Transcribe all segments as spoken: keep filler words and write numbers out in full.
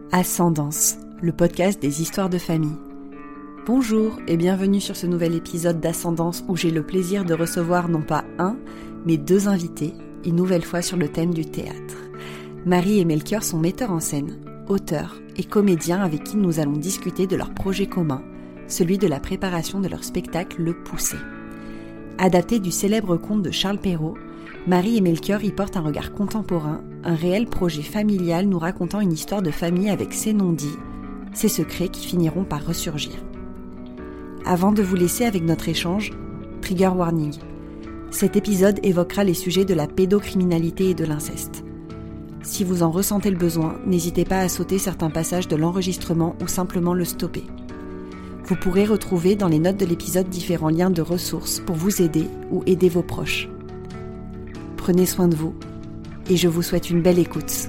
Ascendance, le podcast des histoires de famille. Bonjour et bienvenue sur ce nouvel épisode d'Ascendance où j'ai le plaisir de recevoir non pas un, mais deux invités, une nouvelle fois sur le thème du théâtre. Marie et Melchior sont metteurs en scène, auteurs et comédiens avec qui nous allons discuter de leur projet commun, celui de la préparation de leur spectacle Le Poussé. Adapté du célèbre conte de Charles Perrault, Marie et Melchior y portent un regard contemporain, un réel projet familial nous racontant une histoire de famille avec ses non-dits, ses secrets qui finiront par ressurgir. Avant de vous laisser avec notre échange, trigger warning. Cet épisode évoquera les sujets de la pédocriminalité et de l'inceste. Si vous en ressentez le besoin, n'hésitez pas à sauter certains passages de l'enregistrement ou simplement le stopper. Vous pourrez retrouver dans les notes de l'épisode différents liens de ressources pour vous aider ou aider vos proches. Prenez soin de vous et je vous souhaite une belle écoute.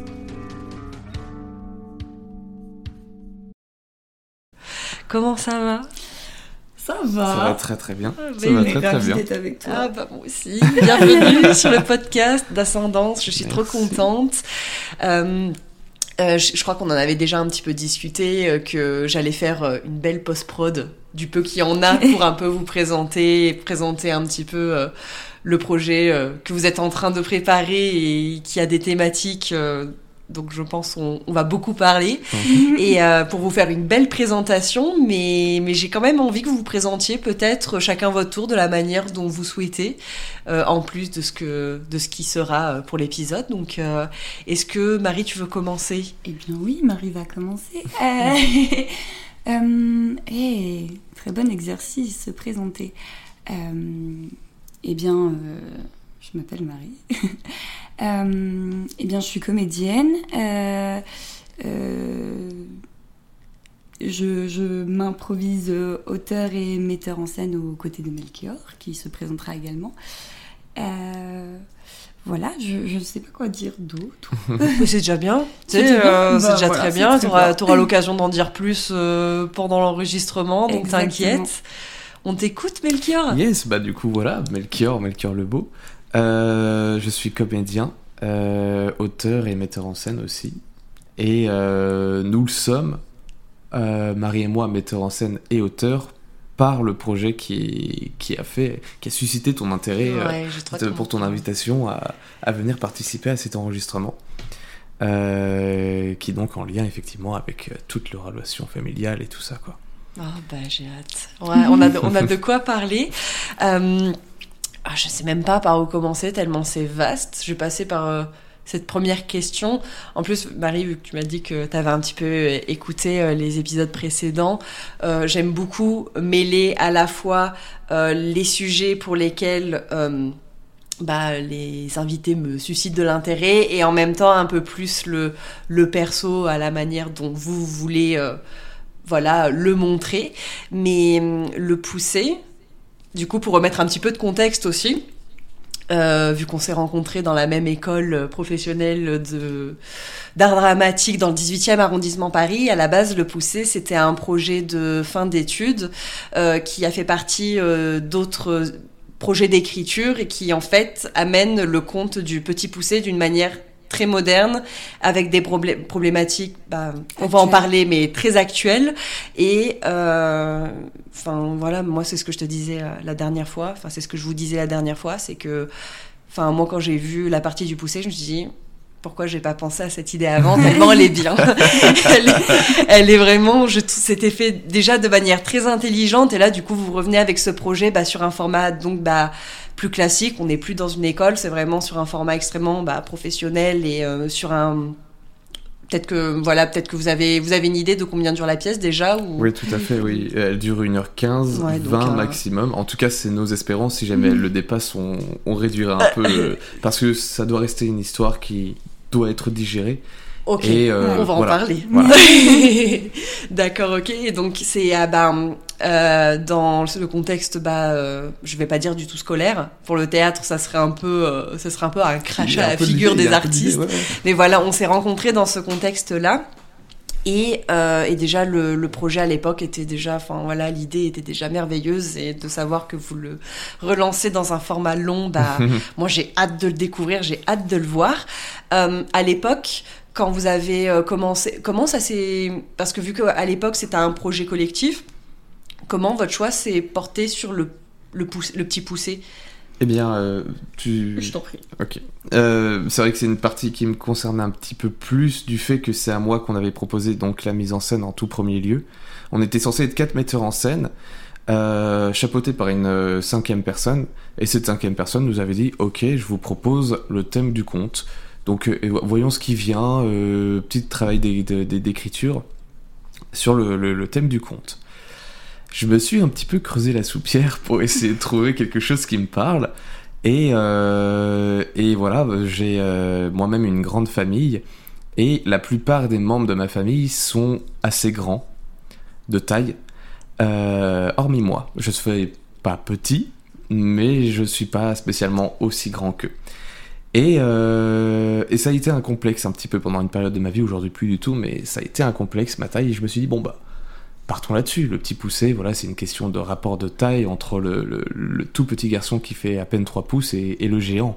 Comment ça va ? Ça va. Ça va très très bien. Ah, ça va très très bien. D'être avec toi. Ah bah moi aussi. Bienvenue sur le podcast d'Ascendance. Je suis Merci. trop contente. Euh, euh, je, je crois qu'on en avait déjà un petit peu discuté, euh, que j'allais faire euh, une belle post-prod du peu qu'il y en a pour un peu vous présenter, présenter un petit peu euh, le projet euh, que vous êtes en train de préparer et qui a des thématiques. Euh, donc je pense qu'on on va beaucoup parler. Mhm. Et euh, pour vous faire une belle présentation, mais, mais j'ai quand même envie que vous vous présentiez peut-être chacun votre tour de la manière dont vous souhaitez, euh, en plus de ce, que, de ce qui sera pour l'épisode. Donc euh, est-ce que Marie, tu veux commencer ? Eh bien oui, Marie va commencer. Euh, euh, hey, très bon exercice, se présenter. Euh, eh bien, euh, je m'appelle Marie. Euh, eh bien, je suis comédienne. Euh, euh, je, je m'improvise auteur et metteur en scène aux côtés de Melchior, qui se présentera également. Euh, voilà, je ne sais pas quoi dire d'autre. Mais c'est déjà bien. C'est C'est, déjà euh, bien. c'est Bah, déjà voilà, très c'est bien. très T'auras, bien. t'auras l'occasion d'en dire plus euh, pendant l'enregistrement, donc Exactement. t'inquiète. On t'écoute, Melchior ? Yes, bah du coup voilà, Melchior, Melchior le Beau. Euh, je suis comédien, euh, auteur et metteur en scène aussi. Et euh, nous le sommes, euh, Marie et moi, metteurs en scène et auteurs, par le projet qui, qui a fait, qui a suscité ton intérêt Ouais, euh, j'ai trop de- hâte. pour ton invitation à, à venir participer à cet enregistrement. Euh, qui est donc en lien effectivement avec euh, toute leur relation familiale et tout ça quoi. Oh bah j'ai hâte. Ouais, on a de, on a de quoi parler. Euh, ah, je sais même pas par où commencer tellement c'est vaste. Je vais passer par euh, cette première question. En plus, Marie, vu que tu m'as dit que tu avais un petit peu écouté euh, les épisodes précédents, euh, j'aime beaucoup mêler à la fois euh, les sujets pour lesquels euh, bah, les invités me suscitent de l'intérêt et en même temps un peu plus le, le perso à la manière dont vous voulez euh, voilà, le montrer. Mais euh, le pousser, du coup, pour remettre un petit peu de contexte aussi, euh, vu qu'on s'est rencontrés dans la même école professionnelle de, d'art dramatique dans le dix-huitième arrondissement Paris, à la base, le Poussé, c'était un projet de fin d'études euh, qui a fait partie euh, d'autres projets d'écriture et qui, en fait, amène le conte du Petit Poussé d'une manière très moderne, avec des problé- problématiques, bah, on va en parler, mais très actuelles. Et, euh, enfin, voilà, moi, c'est ce que je te disais euh, la dernière fois, enfin, c'est ce que je vous disais la dernière fois, c'est que, enfin, moi, quand j'ai vu la partie du Poussé, je me suis dit, pourquoi j'ai pas pensé à cette idée avant, tellement elle est bien. elle, est, elle est vraiment, je, c'était fait déjà de manière très intelligente, et là, du coup, vous revenez avec ce projet, bah, sur un format, donc, bah, plus classique, on n'est plus dans une école, c'est vraiment sur un format extrêmement bah, professionnel et euh, sur un... Peut-être que, voilà, peut-être que vous avez, vous avez une idée de combien dure la pièce déjà ou... Oui, tout à fait, oui. Elle dure une heure quinze, Ouais, donc, vingt euh... maximum. En tout cas, c'est nos espérances. Si jamais elle le dépasse, on, on réduira un peu. Euh, parce que ça doit rester une histoire qui doit être digérée. Ok, et, euh, on va voilà. en parler. Voilà. D'accord, ok. Et donc, c'est ah, bah, euh, dans le contexte, bah, euh, je vais pas dire du tout scolaire. Pour le théâtre, ça serait un peu, euh, ça serait un peu un crachat à la figure des artistes. Ouais, ouais. Mais voilà, on s'est rencontrés dans ce contexte-là. Et, euh, et déjà, le, le projet à l'époque était déjà, enfin voilà, l'idée était déjà merveilleuse, et de savoir que vous le relancez dans un format long, bah, moi j'ai hâte de le découvrir, j'ai hâte de le voir. Euh, à l'époque, quand vous avez euh, commencé, comment ça s'est, parce que vu qu'à l'époque c'était un projet collectif, comment votre choix s'est porté sur le, le, pouce, le petit poussé? Eh bien, euh, tu... Je t'en prie. Ok. Euh, c'est vrai que c'est une partie qui me concerne un petit peu plus du fait que c'est à moi qu'on avait proposé donc la mise en scène en tout premier lieu. On était censé être quatre metteurs en scène, euh, chapeautés par une euh, cinquième personne, et cette cinquième personne nous avait dit « Ok, je vous propose le thème du conte. Donc, euh, voyons ce qui vient, euh, petit travail d'é- d'é- d'écriture sur le, le, le thème du conte. » Je me suis un petit peu creusé la soupière pour essayer de trouver quelque chose qui me parle. Et, euh, et voilà, j'ai euh, moi-même une grande famille. Et la plupart des membres de ma famille sont assez grands, de taille. Euh, hormis moi. Je ne suis pas petit, mais je ne suis pas spécialement aussi grand qu'eux. Et, euh, et ça a été un complexe un petit peu pendant une période de ma vie, aujourd'hui plus du tout, mais ça a été un complexe, ma taille. Et je me suis dit, bon bah... partons là-dessus, le petit poussé, voilà, c'est une question de rapport de taille entre le, le, le tout petit garçon qui fait à peine trois pouces et, et le géant.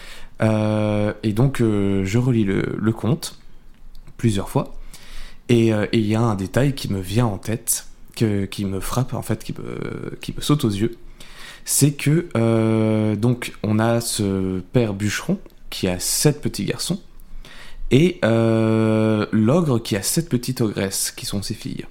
Euh, et donc, euh, je relis le, le conte plusieurs fois, et il euh, y a un détail qui me vient en tête, que, qui me frappe, en fait, qui me, qui me saute aux yeux. C'est que, euh, donc, on a ce père bûcheron qui a sept petits garçons, et euh, l'ogre qui a sept petites ogresses, qui sont ses filles.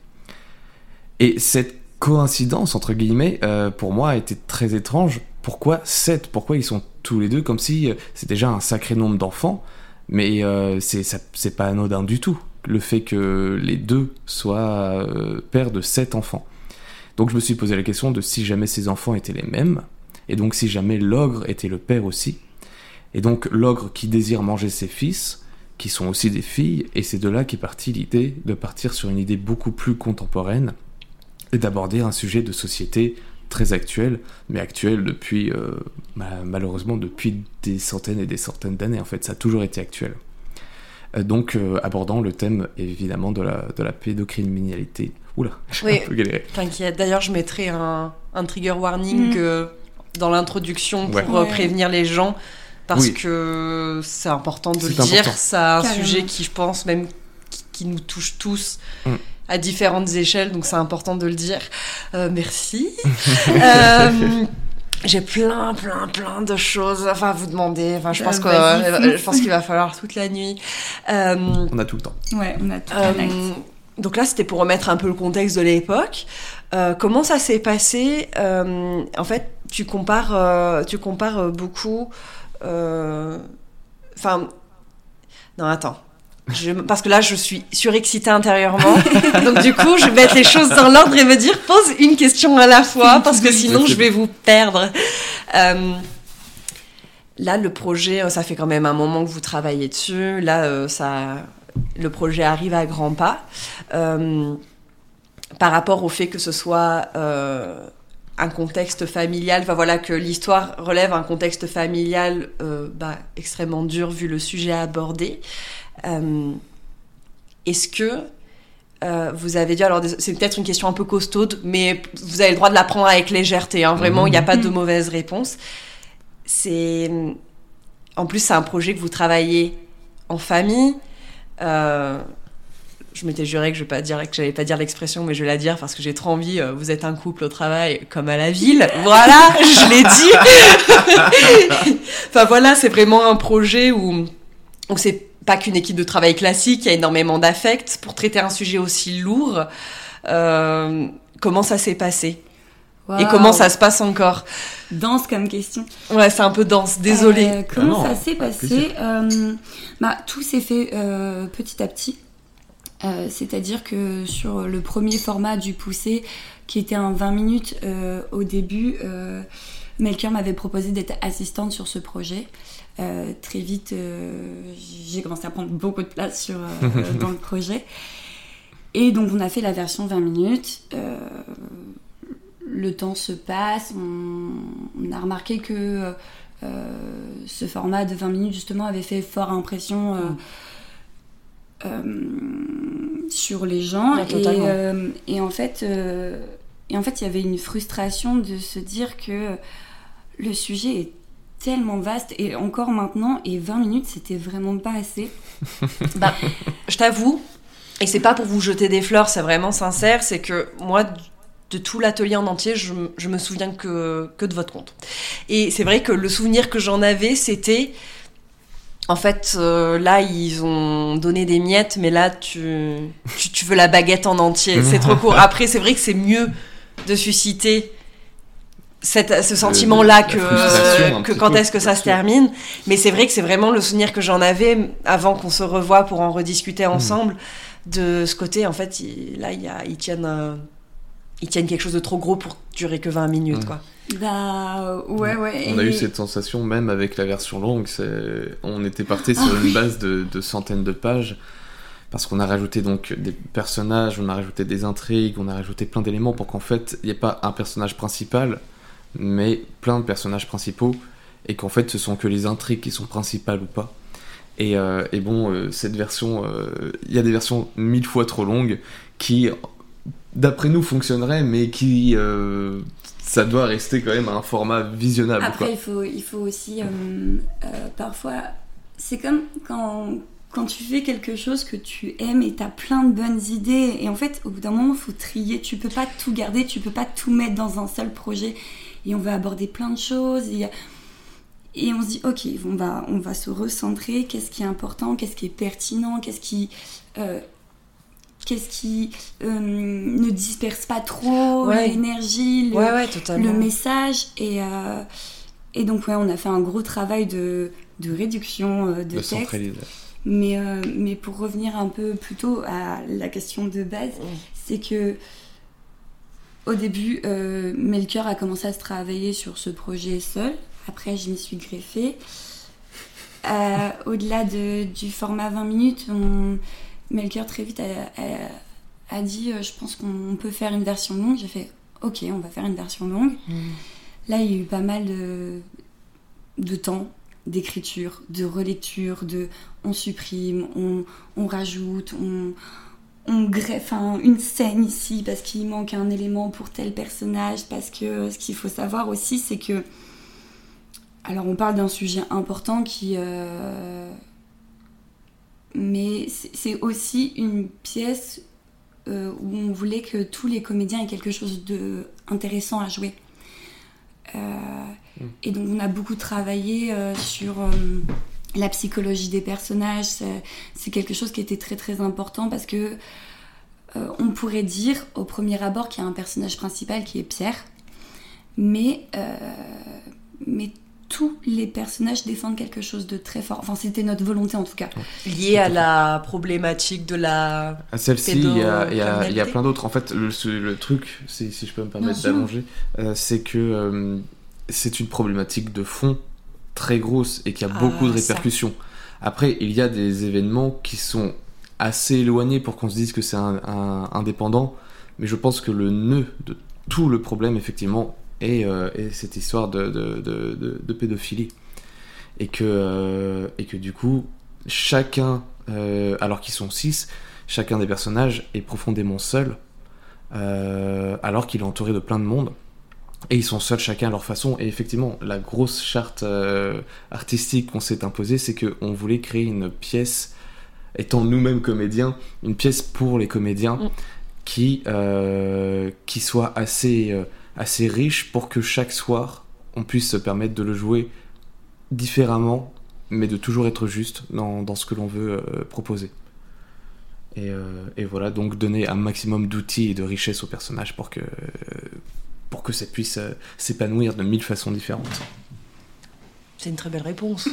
Et cette coïncidence, entre guillemets, euh, pour moi, était très étrange. Pourquoi sept ? Pourquoi ils sont tous les deux ? Comme si euh, c'est déjà un sacré nombre d'enfants, mais euh, c'est, ça, c'est pas anodin du tout, le fait que les deux soient euh, pères de sept enfants. Donc je me suis posé la question de si jamais ces enfants étaient les mêmes, et donc si jamais l'ogre était le père aussi, et donc l'ogre qui désire manger ses fils, qui sont aussi des filles, et c'est de là qu'est partie l'idée de partir sur une idée beaucoup plus contemporaine, et d'aborder un sujet de société très actuel, mais actuel depuis, euh, malheureusement, depuis des centaines et des centaines d'années, en fait, ça a toujours été actuel. Euh, donc, euh, abordant le thème, évidemment, de la, de la pédocriminalité. Oula, j'ai oui, un peu galéré. T'inquiète, d'ailleurs, je mettrai un, un trigger warning mmh. euh, dans l'introduction pour ouais. euh, prévenir les gens, parce oui. que c'est important de c'est le important. dire, c'est un Carrément. sujet qui, je pense, même qui, qui nous touche tous. Mmh. à différentes échelles, donc c'est important de le dire. Euh, merci. euh, j'ai plein, plein, plein de choses enfin, à vous demander. Enfin, je, pense que, euh, je pense qu'il va falloir toute la nuit. Euh, on a tout le temps. Ouais, on a tout euh, le temps. Donc là, c'était pour remettre un peu le contexte de l'époque. Euh, comment ça s'est passé ? euh, En fait, tu compares, euh, tu compares beaucoup... Enfin... Euh, non, attends. Je, parce que là, je suis surexcitée intérieurement. Donc, du coup, je vais mettre les choses dans l'ordre et me dire pose une question à la fois, parce que sinon, je vais vous perdre. Euh, là, le projet, ça fait quand même un moment que vous travaillez dessus. Là, euh, ça, le projet arrive à grands pas. Euh, par rapport au fait que ce soit euh, un contexte familial, enfin voilà, que l'histoire relève un contexte familial euh, bah, extrêmement dur vu le sujet abordé. Euh, est-ce que euh, vous avez dû... Alors, c'est peut-être une question un peu costaude, mais vous avez le droit de la prendre avec légèreté. Hein, vraiment, il mmh. n'y a pas de mauvaise réponse. C'est... En plus, c'est un projet que vous travaillez en famille. Euh, je m'étais juré que je ne n'allais pas dire l'expression, mais je vais la dire parce que j'ai trop envie. Euh, vous êtes un couple au travail comme à la ville. Voilà, je l'ai dit. Enfin, voilà, c'est vraiment un projet où, où c'est pas qu'une équipe de travail classique, il y a énormément d'affect pour traiter un sujet aussi lourd. Euh, comment ça s'est passé ? Wow. Et comment ça se passe encore ? Dense comme question. Ouais, c'est un peu dense, désolée. Euh, comment ah non, ça s'est passé ? euh, bah, Tout s'est fait euh, petit à petit. Euh, c'est-à-dire que sur le premier format du poussé, qui était un vingt minutes, euh, au début, euh, Melchior m'avait proposé d'être assistante sur ce projet. Euh, très vite, euh, j'ai commencé à prendre beaucoup de place sur, euh, dans le projet. Et donc, on a fait la version vingt minutes. Euh, le temps se passe. On, on a remarqué que euh, ce format de vingt minutes, justement, avait fait fort impression. Euh, euh, sur les gens. Ouais, et, euh, et en fait, euh, et en fait, il y avait une frustration de se dire que le sujet est tellement vaste et encore maintenant, et vingt minutes, c'était vraiment pas assez. Bah, je t'avoue, et c'est pas pour vous jeter des fleurs, c'est vraiment sincère, c'est que moi, de tout l'atelier en entier, je, je me souviens que, que de votre compte. Et c'est vrai que le souvenir que j'en avais, c'était... En fait, euh, là, ils ont donné des miettes, mais là, tu, tu, tu veux la baguette en entier. C'est trop court. Après, c'est vrai que c'est mieux de susciter... Cette, ce sentiment-là que, euh, que quand est-ce que ça se termine. Mais c'est vrai que c'est vraiment le souvenir que j'en avais avant qu'on se revoie pour en rediscuter ensemble. Mmh. De ce côté, en fait, il, là, il y a, ils, tiennent, euh, ils tiennent quelque chose de trop gros pour durer que vingt minutes. Mmh. Quoi. Bah, ouais, ouais. On et... a eu cette sensation même avec la version longue. C'est... On était parti sur ah, une oui. base de, de centaines de pages. Parce qu'on a rajouté donc des personnages, on a rajouté des intrigues, on a rajouté plein d'éléments pour qu'en fait, il n'y ait pas un personnage principal, mais plein de personnages principaux, et qu'en fait ce sont que les intrigues qui sont principales ou pas. Et, euh, et bon, euh, cette version, il euh, y a des versions mille fois trop longues qui, d'après nous, fonctionneraient, mais qui, euh, ça doit rester quand même à un format visionnable. Après, quoi. Il, faut, il faut aussi, euh, euh, parfois, c'est comme quand... Quand tu fais quelque chose que tu aimes et t'as plein de bonnes idées, et en fait, au bout d'un moment, il faut trier. Tu peux pas tout garder, tu peux pas tout mettre dans un seul projet. Et on va aborder plein de choses. Et, et on se dit, ok, on va, on va se recentrer. Qu'est-ce qui est important? Qu'est-ce qui est pertinent? Qu'est-ce qui, euh, qu'est-ce qui euh, ne disperse pas trop ouais. l'énergie, le, ouais, ouais, le message et, euh, et donc, ouais, on a fait un gros travail de, de réduction euh, de, de texte. Mais, euh, mais pour revenir un peu plus tôt à la question de base, mmh. c'est que au début, euh, Melchior a commencé à se travailler sur ce projet seul. Après, je m'y suis greffée. Euh, au-delà de, du format vingt minutes, on... Melchior très vite a, a, a dit euh, je pense qu'on peut faire une version longue. J'ai fait ok, on va faire une version longue. Mmh. Là, il y a eu pas mal de, de temps d'écriture, de relecture, de on supprime, on, on rajoute, on, on greffe un, une scène ici parce qu'il manque un élément pour tel personnage, parce que ce qu'il faut savoir aussi, c'est que alors on parle d'un sujet important qui euh, mais c'est, c'est aussi une pièce euh, où on voulait que tous les comédiens aient quelque chose d'intéressant à jouer. Euh, mmh. Et donc on a beaucoup travaillé euh, sur euh, la psychologie des personnages. C'est, c'est quelque chose qui était très très important parce que euh, on pourrait dire au premier abord qu'il y a un personnage principal qui est Pierre, mais euh, mais tous les personnages défendent quelque chose de très fort. Enfin, c'était notre volonté en tout cas. Lié à la problématique de la à celle-ci, il y a, il y a, il y a plein d'autres. En fait, le, le truc, si, si je peux me permettre d'allonger, euh, c'est que euh, c'est une problématique de fond très grosse et qui a ah, beaucoup de répercussions. Ça. Après, il y a des événements qui sont assez éloignés pour qu'on se dise que c'est un, un, indépendant, mais je pense que le nœud de tout le problème, effectivement, Et, euh, et cette histoire de, de, de, de, de pédophilie. Et que, euh, et que du coup, chacun, euh, alors qu'ils sont six, chacun des personnages est profondément seul, euh, alors qu'il est entouré de plein de monde. Et ils sont seuls chacun à leur façon. Et effectivement, la grosse charte euh, artistique qu'on s'est imposée, c'est qu'on voulait créer une pièce, étant nous-mêmes comédiens, une pièce pour les comédiens mmh. qui, euh, qui soit assez... Euh, assez riche pour que chaque soir on puisse se permettre de le jouer différemment mais de toujours être juste dans, dans ce que l'on veut euh, proposer et, euh, et voilà, donc donner un maximum d'outils et de richesse aux personnages pour que, euh, pour que ça puisse euh, s'épanouir de mille façons différentes. C'est une très belle réponse.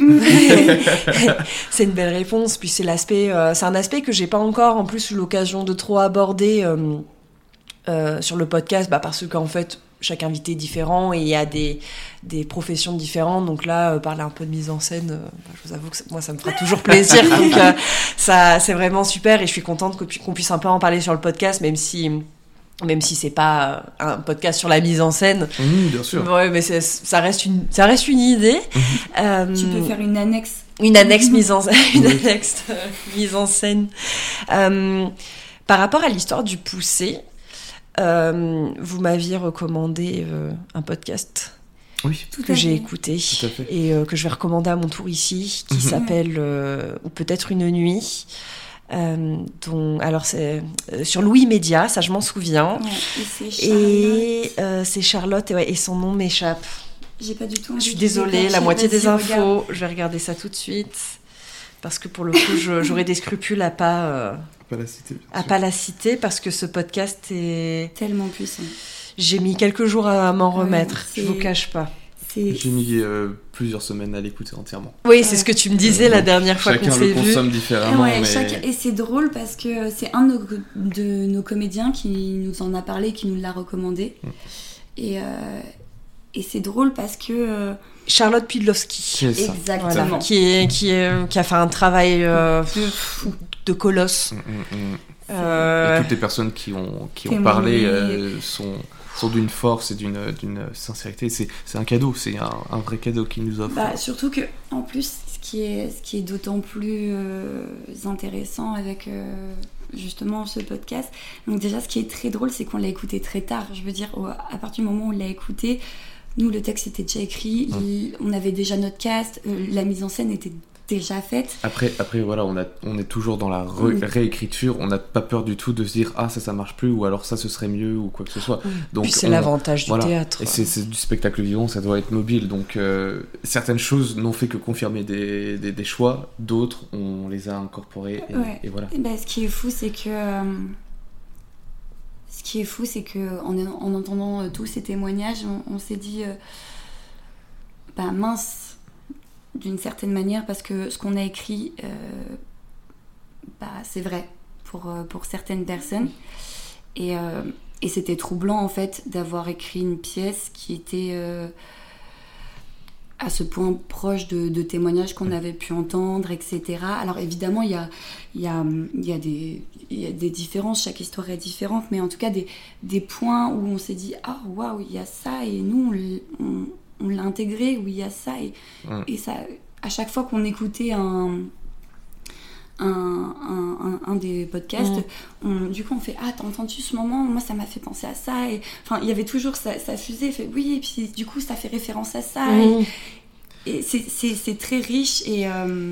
C'est une belle réponse, puis c'est l'aspect euh, c'est un aspect que j'ai pas encore en plus eu l'occasion de trop aborder euh, euh, sur le podcast, bah, parce qu'en fait chaque invité est différent et il y a des, des professions différentes. Donc là, euh, parler un peu de mise en scène, euh, je vous avoue que ça, moi, ça me fera toujours plaisir. Donc euh, ça, c'est vraiment super et je suis contente que, qu'on puisse un peu en parler sur le podcast, même si, même si c'est pas un podcast sur la mise en scène. Mmh, bien sûr. Ouais, mais c'est, ça, reste une, ça reste une idée. Mmh. Euh, tu peux faire une annexe. Une annexe mise en, une annexe, euh, mise en scène. Euh, par rapport à l'histoire du poussé, euh, vous m'aviez recommandé euh, un podcast Oui. Tout que à j'ai fait. écouté Tout à fait. et euh, que je vais recommander à mon tour ici, qui Mhm. s'appelle euh, Ou peut-être une nuit. Euh, dont, alors c'est euh, sur Louis Média, ça je m'en souviens. Ouais, et c'est Charlotte. Et euh, c'est Charlotte et, ouais, et son nom m'échappe. J'ai pas du tout Je envie suis de désolée, décorcher. la moitié Vas-y, des infos, regarde. je vais regarder ça tout de suite. Parce que pour le coup, je- j'aurais des scrupules à pas, euh, Pas la citer. bien à sûr. pas la citer parce que ce podcast est. Tellement puissant. J'ai mis quelques jours à m'en Ouais, remettre, je c'est- vous cache pas. C'est... J'ai mis euh, plusieurs semaines à l'écouter entièrement. Oui, c'est Ouais. ce que tu me disais la Donc, dernière fois qu'on Chacun s'est le vu. consomme différemment, Ouais, mais chaque- Et c'est drôle parce que c'est un de nos, de nos comédiens qui nous en a parlé, qui nous l'a recommandé. Mm. Et, euh, et c'est drôle parce que... euh, Charlotte Pudlowski. c'est ça. exactement. Voilà, qui, est, qui, est, qui a fait un travail euh, de colosse. Mm, mm, mm. Euh, Et toutes les personnes qui ont, qui ont Témoigné. parlé euh, sont, sont d'une force et d'une, d'une sincérité. C'est, c'est un cadeau, c'est un, un vrai cadeau qu'ils nous offrent. Bah, surtout que, en plus, ce qui est, ce qui est d'autant plus euh, intéressant avec euh, justement ce podcast, donc déjà, ce qui est très drôle, c'est qu'on l'a écouté très tard. Je veux dire, au- à partir du moment où on l'a écouté, nous, le texte était déjà écrit, Mm. il- on avait déjà notre cast, euh, la mise en scène était déjà faite. Après, après voilà, on, a, on est toujours dans la re- Mm. réécriture. On n'a pas peur du tout de se dire ah ça ça marche plus ou alors ça ce serait mieux ou quoi que ce soit. Donc Puis c'est on- l'avantage du voilà. théâtre. Et c'est, c'est du spectacle vivant, ça doit être mobile. Donc euh, certaines choses n'ont fait que confirmer des, des, des choix, d'autres on les a incorporés et, Ouais. et voilà. Et ben, ce qui est fou, c'est que. euh, ce qui est fou, c'est que en, en entendant euh, tous ces témoignages, on, on s'est dit. euh, bah mince, d'une certaine manière, parce que ce qu'on a écrit, euh, bah, c'est vrai pour, euh, pour certaines personnes. Et, euh, et c'était troublant, en fait, d'avoir écrit une pièce qui était. euh, à ce point proche de, de témoignages qu'on avait pu entendre, et cetera. Alors évidemment, il y a, il y a, il y a des, il y a des différences, chaque histoire est différente, mais en tout cas des, des points où on s'est dit « Ah, waouh, il y a ça » et nous, on, l- on, on l'a intégré, où il y a ça. Et, Mm. et ça, à chaque fois qu'on écoutait un... Un, un, un, un des podcasts, on, du coup on fait ah t'as entendu ce moment, moi ça m'a fait penser à ça, et enfin il y avait toujours ça, ça fusait, fait oui et puis du coup ça fait référence à ça, Mmh. et, et c'est, c'est, c'est très riche et, euh,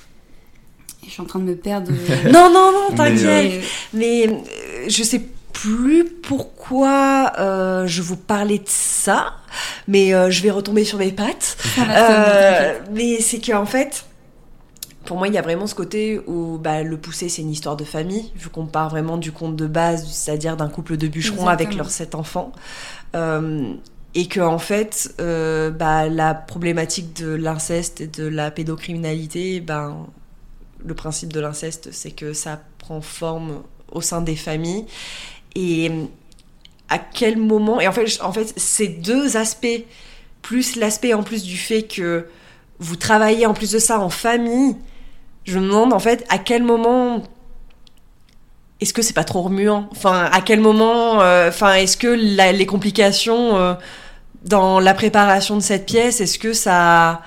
et je suis en train de me perdre. Non, non, non, Mais, t'inquiète. Mais euh, je sais plus pourquoi euh, je vous parlais de ça, mais euh, je vais retomber sur mes pattes. Ça va, ça va, Euh, t'inquiète. mais c'est qu'en fait, pour moi, il y a vraiment ce côté où bah, le poussé, c'est une histoire de famille, vu qu'on part vraiment du conte de base, c'est-à-dire d'un couple de bûcherons Exactement. avec leurs sept enfants. Euh, et que en fait, euh, bah, la problématique de l'inceste et de la pédocriminalité, ben, le principe de l'inceste, c'est que ça prend forme au sein des familles. Et à quel moment... Et en fait, en fait ces deux aspects, plus l'aspect en plus du fait que vous travaillez en plus de ça en famille, je me demande en fait à quel moment... Est-ce que c'est pas trop remuant ? Enfin, à quel moment... euh, Enfin, est-ce que la- les complications euh, dans la préparation de cette pièce, est-ce que ça...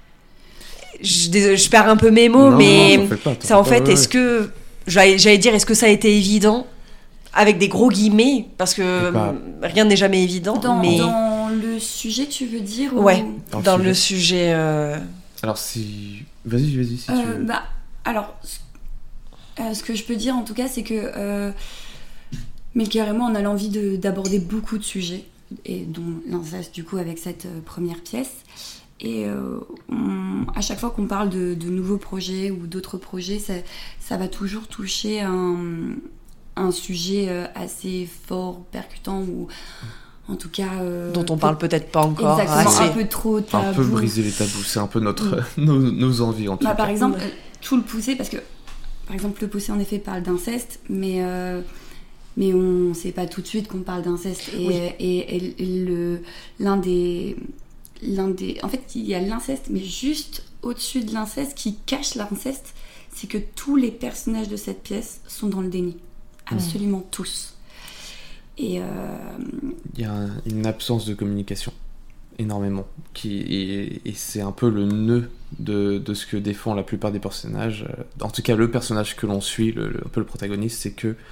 Je, désolé, je perds un peu mes mots, Non, mais non, t'en fais pas, t'en ça en fais fait, pas, ouais, est-ce que... J'allais, j'allais dire, est-ce que ça a été évident ? Avec des gros guillemets, parce que C'est pas- rien n'est jamais évident, Dans, mais... dans le sujet, tu veux dire ou- Ouais, Dans le dans sujet. le sujet... euh, Alors si... Vas-y, vas-y si tu Euh, veux. bah, alors, ce- euh, ce que je peux dire en tout cas, c'est que euh, Melchior et moi, on a l'envie de- d'aborder beaucoup de sujets, et dont l'inceste du coup avec cette euh, première pièce. Et euh, on- à chaque fois qu'on parle de, de nouveaux projets ou d'autres projets, ça, ça va toujours toucher un, un sujet euh, assez fort, percutant, ou en tout cas... euh, dont on peut- parle peut-être pas encore Exactement, assez. un peu trop tabou. Un peu briser les tabous, c'est un peu notre, nos, nos envies en tout Bah, cas. par exemple, Ouais. euh, tout le poussé, parce que par exemple, le poussé en effet parle d'inceste, mais, euh, mais on ne sait pas tout de suite qu'on parle d'inceste. Et, Oui. et, et- et le, l'un des. L'un des. En fait, il y a l'inceste, mais juste au-dessus de l'inceste, qui cache l'inceste, c'est que tous les personnages de cette pièce sont dans le déni. Absolument tous. Et. euh, Il y a un- une absence de communication, énormément. Qui, et, et c'est un peu le nœud de, de ce que défend la plupart des personnages. Euh, En tout cas, le personnage que l'on suit, le, le- un peu le protagoniste, c'est que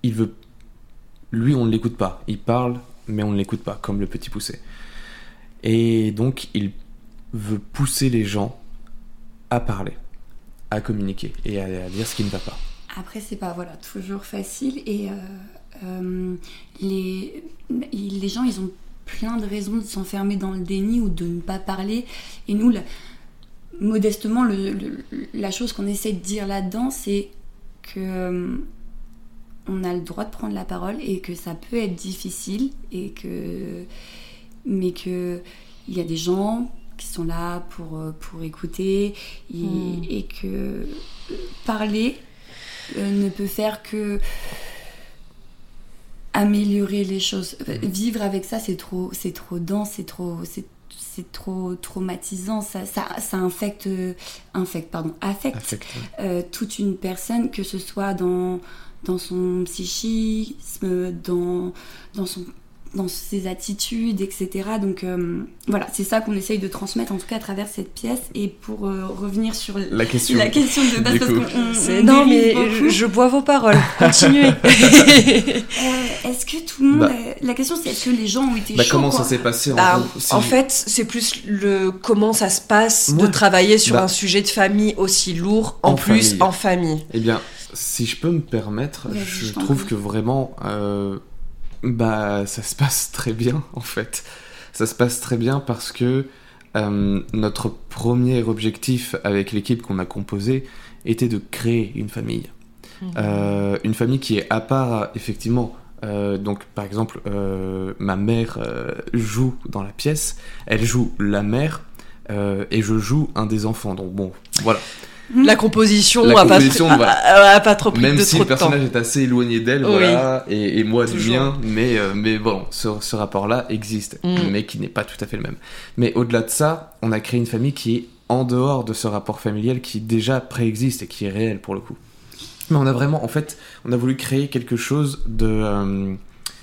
il veut... Lui, on ne l'écoute pas. Il parle, mais on ne l'écoute pas, comme le petit poussé. Et donc, il veut pousser les gens à parler, à communiquer et à, à dire ce qui ne va pas. Après, c'est pas voilà, toujours facile. Et euh, euh, les, les gens, ils ont plein de raisons de s'enfermer dans le déni ou de ne pas parler. Et nous, la, modestement, le, le, la chose qu'on essaie de dire là-dedans, c'est que euh, on a le droit de prendre la parole et que ça peut être difficile, et que, mais que il y a des gens qui sont là pour, pour écouter, et, mmh. et que parler euh, ne peut faire que améliorer les choses. Vivre avec ça, c'est trop, c'est trop dense, c'est trop, c'est, c'est trop traumatisant. Ça, ça, ça infecte, infecte, pardon, affecte, affecte ouais. euh, toute une personne, que ce soit dans, dans son psychisme, dans, dans son dans ses attitudes, et cetera. Donc euh, voilà, c'est ça qu'on essaye de transmettre, en tout cas à travers cette pièce. Et pour euh, revenir sur la question, la question de base, parce qu'on on, on non mais je, je bois vos paroles. Continuez. euh, est-ce que tout le monde, bah, a... la question c'est est-ce que les gens ont été bah, chauds, comment quoi. Ça s'est passé en, bah, gros, si en je... fait, c'est plus le comment ça se passe ouais. de travailler sur bah, un sujet de famille aussi lourd, en, en plus famille. en famille. Eh bien, si je peux me permettre, ouais, je, je trouve que vraiment. Euh... Bah, ça se passe très bien, en fait. Ça se passe très bien parce que euh, notre premier objectif avec l'équipe qu'on a composée était de créer une famille. Mmh. Euh, une famille qui est à part, effectivement. Euh, donc, par exemple, euh, ma mère euh, joue dans la pièce, elle joue la mère, euh, et je joue un des enfants. Donc, bon, voilà. La composition, la a, composition pas, voilà. a, a pas trop pris Même de si trop le personnage de temps. est assez éloigné d'elle, oui. voilà, et, et moi Toujours. du mien, mais, euh, mais bon, ce, ce rapport-là existe, mm. mais qui n'est pas tout à fait le même. Mais au-delà de ça, on a créé une famille qui est en dehors de ce rapport familial qui déjà préexiste et qui est réel pour le coup. Mais on a vraiment, en fait, on a voulu créer quelque chose de, euh,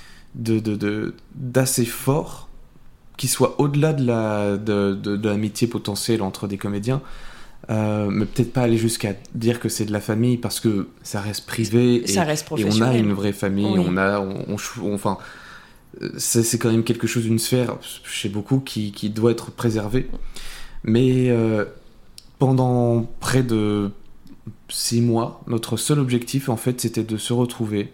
de, de, de, d'assez fort, qui soit au-delà de, la, de, de, de l'amitié potentielle entre des comédiens. Euh, mais peut-être pas aller jusqu'à dire que c'est de la famille parce que ça reste privé ça et, reste et on a une vraie famille, oui. on a, on, on, on, enfin, c'est, c'est quand même quelque chose, une sphère chez beaucoup qui, qui doit être préservée. Mais euh, pendant près de six mois, notre seul objectif en fait c'était de se retrouver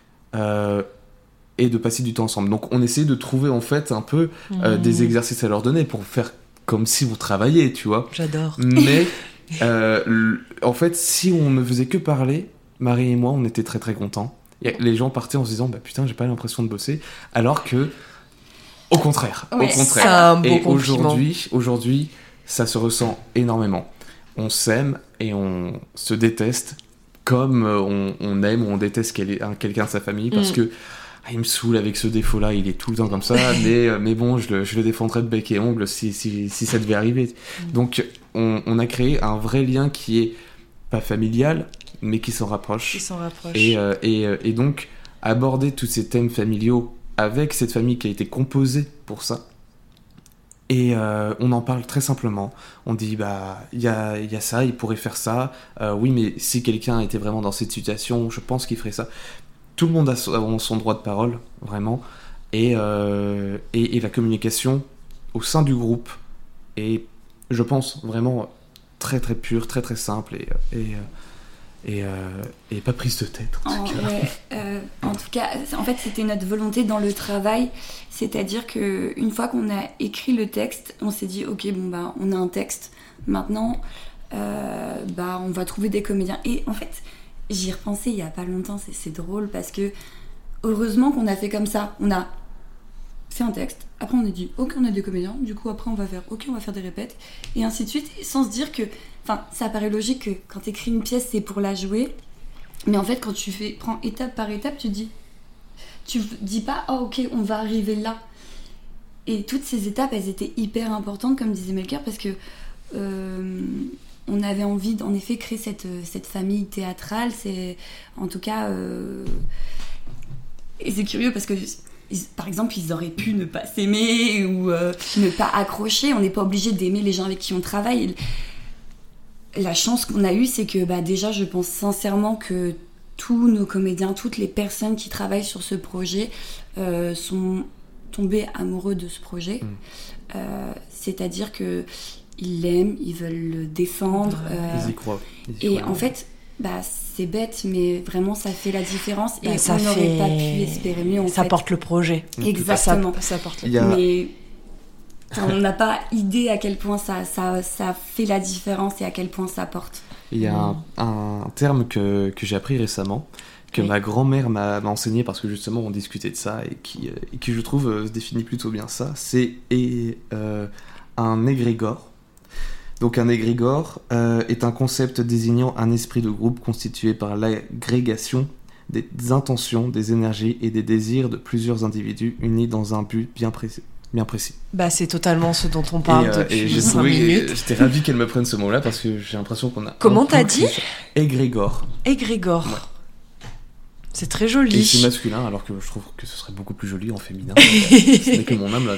euh, et de passer du temps ensemble. Donc on essayait de trouver en fait un peu euh, mmh. des exercices à leur donner pour faire comme si vous travailliez, tu vois. J'adore. Mais, euh, l- en fait, si on ne faisait que parler, Marie et moi, on était très très contents. Et les gens partaient en se disant, bah putain, j'ai pas l'impression de bosser. Alors que, au contraire, ouais, au contraire. C'est un beau et compliment. aujourd'hui, aujourd'hui, ça se ressent énormément. On s'aime et on se déteste comme on, on aime ou on déteste quel- quelqu'un de sa famille parce mm. que ah, il me saoule avec ce défaut-là, il est tout le temps comme ça, mais, mais bon, je le, je le défendrai de bec et ongle si, si, si ça devait arriver. Mmh. Donc, on, on a créé un vrai lien qui est pas familial, mais qui s'en rapproche. Qui s'en rapproche. Et, euh, et, et donc, aborder tous ces thèmes familiaux avec cette famille qui a été composée pour ça. Et euh, on en parle très simplement. On dit, bah, il y a, y a ça, il pourrait faire ça. Euh, oui, mais si quelqu'un était vraiment dans cette situation, je pense qu'il ferait ça. Tout le monde a son droit de parole, vraiment, et, euh, et, et la communication au sein du groupe est, je pense, vraiment très très pure, très très simple et, et, et, euh, et pas prise de tête. En, en, tout cas. Ouais, euh, en tout cas, en fait, c'était notre volonté dans le travail, c'est-à-dire qu'une fois qu'on a écrit le texte, on s'est dit, ok, bon, bah, on a un texte, maintenant, euh, bah, on va trouver des comédiens. Et en fait, j'y repensais il y a pas longtemps, c'est, c'est drôle parce que heureusement qu'on a fait comme ça. On a fait un texte, après on a dit ok on a des comédiens, du coup après on va faire ok on va faire des répètes et ainsi de suite, sans se dire que, enfin ça paraît logique que quand t'écris une pièce c'est pour la jouer, mais en fait quand tu fais, prends étape par étape, tu dis, tu dis pas oh ok on va arriver là. Et toutes ces étapes elles étaient hyper importantes comme disait Melchior parce que euh, on avait envie d'en effet créer cette, cette famille théâtrale. C'est, en tout cas, euh... et c'est curieux parce que, ils, par exemple, ils auraient pu ne pas s'aimer ou euh, ne pas accrocher. On n'est pas obligé d'aimer les gens avec qui on travaille. La chance qu'on a eue, c'est que bah, déjà, je pense sincèrement que tous nos comédiens, toutes les personnes qui travaillent sur ce projet euh, sont tombés amoureux de ce projet. Mmh. Euh, c'est-à-dire que ils l'aiment, ils veulent le défendre. Ouais, euh, ils y croient. Ils y et croient. en fait, bah, c'est bête, mais vraiment, ça fait la différence. Bah, et ça on n'aurait fait... pas pu espérer mieux, en ça fait. porte le projet. Exactement. Ça, ça porte le... Il y a... Mais on n'a pas idée à quel point ça, ça, ça fait la différence et à quel point ça porte. Il y a un, un terme que, que j'ai appris récemment, que oui. ma grand-mère m'a, m'a enseigné parce que justement on discutait de ça et qui, et qui je trouve euh, définit plutôt bien ça. C'est et, euh, un égrégore. Donc un égrégore euh, est un concept désignant un esprit de groupe constitué par l'agrégation des intentions, des énergies et des désirs de plusieurs individus unis dans un but bien précis. Bien précis. Bah, c'est totalement ce dont on parle et, euh, depuis et j'ai cinq trouvé, minutes. J'étais ravi qu'elle me prenne ce mot-là parce que j'ai l'impression qu'on a. Comment t'as dit ? Égrégore. Égrégore. Ouais. C'est très joli. Et c'est masculin, alors que je trouve que ce serait beaucoup plus joli en féminin. Ce n'est que mon âme là.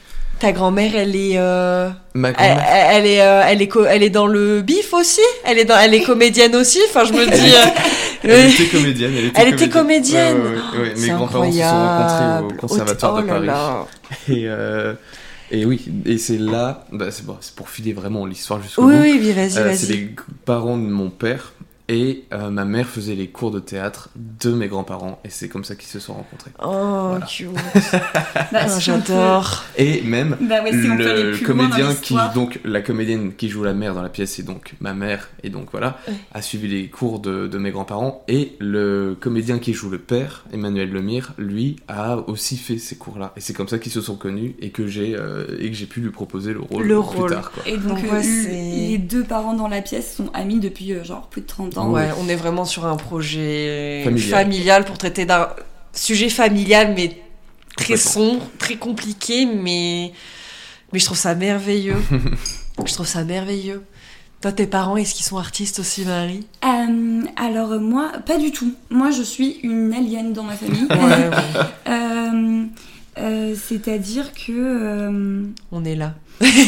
Ta grand-mère, elle est, euh... Ma elle, grand-mère. elle est, euh, elle est, co- elle est dans le bif aussi. Elle est dans, elle est comédienne aussi. Enfin, je me dis. Elle, euh, elle était comédienne. Elle était Elle était comédienne. Ouais, ouais, ouais, ouais. Mes C'est grands-parents se sont incroyable. rencontrés au conservatoire Oh de là Paris. là. Et, euh, et oui, et c'est là, bah, c'est, bon, c'est pour filer vraiment l'histoire jusqu'au Oui, bout. oui, bien, vas-y, Euh, vas-y. c'est les parents de mon père. Et euh, ma mère faisait les cours de théâtre de mes grands-parents. Et c'est comme ça qu'ils se sont rencontrés. Oh, Voilà. cute. Bah, Ah, si on peut- j'adore. Et même Bah ouais, si on peut aller le plus loin dans comédien qui l'histoire. donc la comédienne qui joue la mère dans la pièce c'est donc ma mère et donc voilà Ouais. a suivi les cours de, de mes grands-parents et le comédien qui joue le père Emmanuel Lemire lui a aussi fait ces cours-là et c'est comme ça qu'ils se sont connus et que j'ai euh, et que j'ai pu lui proposer le rôle Le plus rôle. tard quoi. Et donc, Donc, euh, ouais, l- c'est- les deux parents dans la pièce sont amis depuis euh, genre plus de trente ans. Ouais, on est vraiment sur un projet Familial. familial pour traiter d'un sujet familial, mais très Complètement. sombre, très compliqué, mais mais je trouve ça merveilleux. Je trouve ça merveilleux. Toi, tes parents, est-ce qu'ils sont artistes aussi, Marie ? Euh, alors euh, moi, pas du tout. Moi, je suis une alien dans ma famille. Ouais, ouais, Euh, euh, c'est-à-dire que euh, on est là.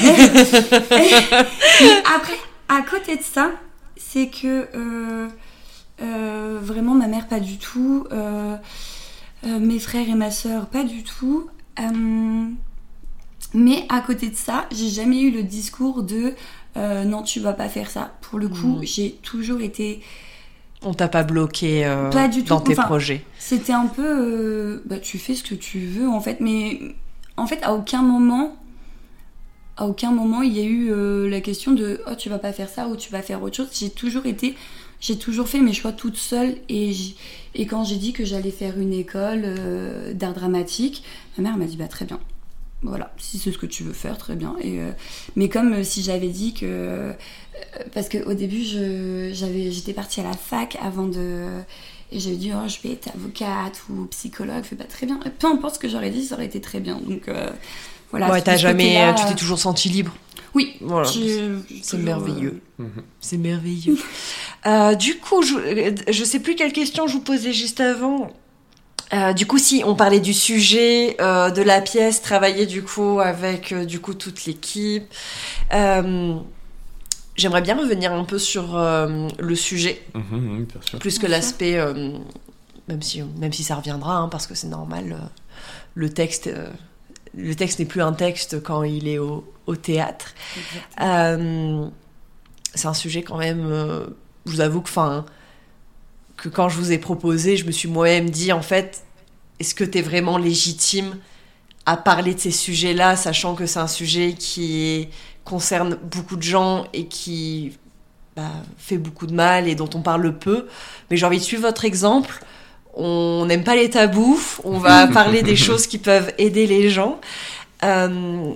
après, à côté de ça, c'est que euh, euh, vraiment ma mère pas du tout, euh, euh, mes frères et ma sœur pas du tout. Euh, mais à côté de ça, j'ai jamais eu le discours de euh, non tu vas pas faire ça. Pour le coup, Mhm. j'ai toujours été. On t'a pas bloqué euh, Pas du tout. dans tes Enfin, projets. C'était un peu, euh, bah tu fais ce que tu veux en fait, mais en fait à aucun moment. À aucun moment il y a eu euh, la question de oh tu vas pas faire ça ou tu vas faire autre chose. J'ai toujours été, j'ai toujours fait mes choix toute seule et j'- et quand j'ai dit que j'allais faire une école euh, d'art dramatique, ma mère m'a dit bah très bien, voilà si c'est ce que tu veux faire très bien. Et euh, mais comme euh, si j'avais dit que euh, parce que au début je j'avais j'étais partie à la fac avant de et j'avais dit oh je vais être avocate ou psychologue, fait pas très bien. Et peu importe ce que j'aurais dit, ça aurait été très bien. Donc euh, voilà. Ouais, de t'as ce jamais, côté-là, tu t'es toujours senti libre. Oui, Voilà. j'ai- C'est toujours, merveilleux. Mhm. C'est merveilleux. Euh, du coup, je, je sais plus quelle question je vous posais juste avant. Euh, du coup, si on parlait du sujet euh, de la pièce, travailler du coup avec euh, du coup toute l'équipe. Euh, j'aimerais bien revenir un peu sur euh, le sujet, Mhm, mhm, bien sûr. plus que Bien sûr. l'aspect, euh, même si même si ça reviendra, hein, parce que c'est normal. euh, le texte, euh, le texte n'est plus un texte quand il est au, au théâtre. Exactement. Euh, c'est un sujet quand même. euh, je vous avoue que, enfin, que quand je vous ai proposé, je me suis moi-même dit en fait, est-ce que t'es vraiment légitime à parler de ces sujets-là, sachant que c'est un sujet qui concerne beaucoup de gens et qui bah, fait beaucoup de mal et dont on parle peu. Mais j'ai envie de suivre votre exemple. On n'aime pas les tabous. On va parler des choses qui peuvent aider les gens. Euh,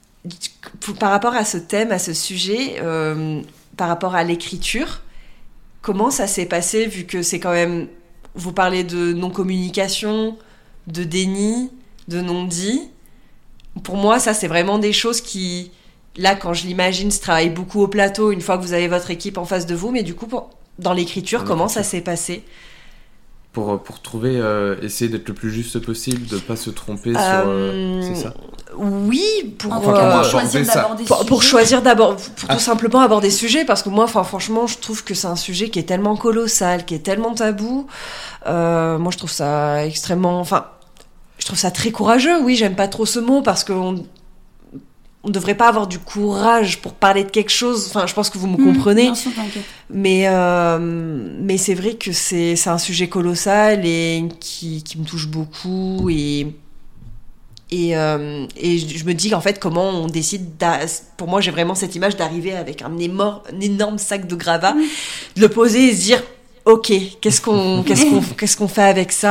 par rapport à ce thème, à ce sujet, euh, par rapport à l'écriture, comment ça s'est passé, vu que c'est quand même... Vous parlez de non-communication, de déni, de non-dit. Pour moi, ça, c'est vraiment des choses qui... Là, quand je l'imagine, se travaille beaucoup au plateau, une fois que vous avez votre équipe en face de vous. Mais du coup, pour... dans l'écriture, Dans comment l'écriture. ça s'est passé ? pour, pour trouver, euh, essayer d'être le plus juste possible, de pas se tromper Euh, sur... euh, c'est ça. Oui, pour, En Enfin, tout comment cas, euh, pour choisir aborder ça d'aborder ce pour, pour sujet. choisir d'abord, pour Ah. tout simplement aborder ce sujet, parce que moi, enfin, franchement, je trouve que c'est un sujet qui est tellement colossal, qui est tellement tabou. Euh, moi, je trouve ça extrêmement, enfin, je trouve ça très courageux. Oui, j'aime pas trop ce mot parce qu'on on devrait pas avoir du courage pour parler de quelque chose. Enfin, je pense que vous me Mmh, comprenez. bien sûr, t'inquiète. Mais, euh, mais c'est vrai que c'est, c'est un sujet colossal et qui, qui me touche beaucoup. Et, et, euh, et je me dis qu'en fait, comment on décide... d'a- Pour moi, j'ai vraiment cette image d'arriver avec un, émor- un énorme sac de gravats, Mm. de le poser et se dire, OK, qu'est-ce qu'on, qu'est-ce qu'on, qu'est-ce qu'on fait avec ça ?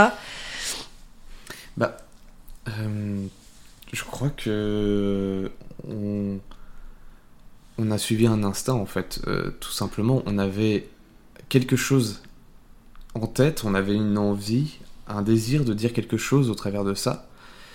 Bah, euh, je crois que on, on a suivi un instinct en fait, euh, tout simplement. On avait quelque chose en tête, on avait une envie, un désir de dire quelque chose au travers de ça.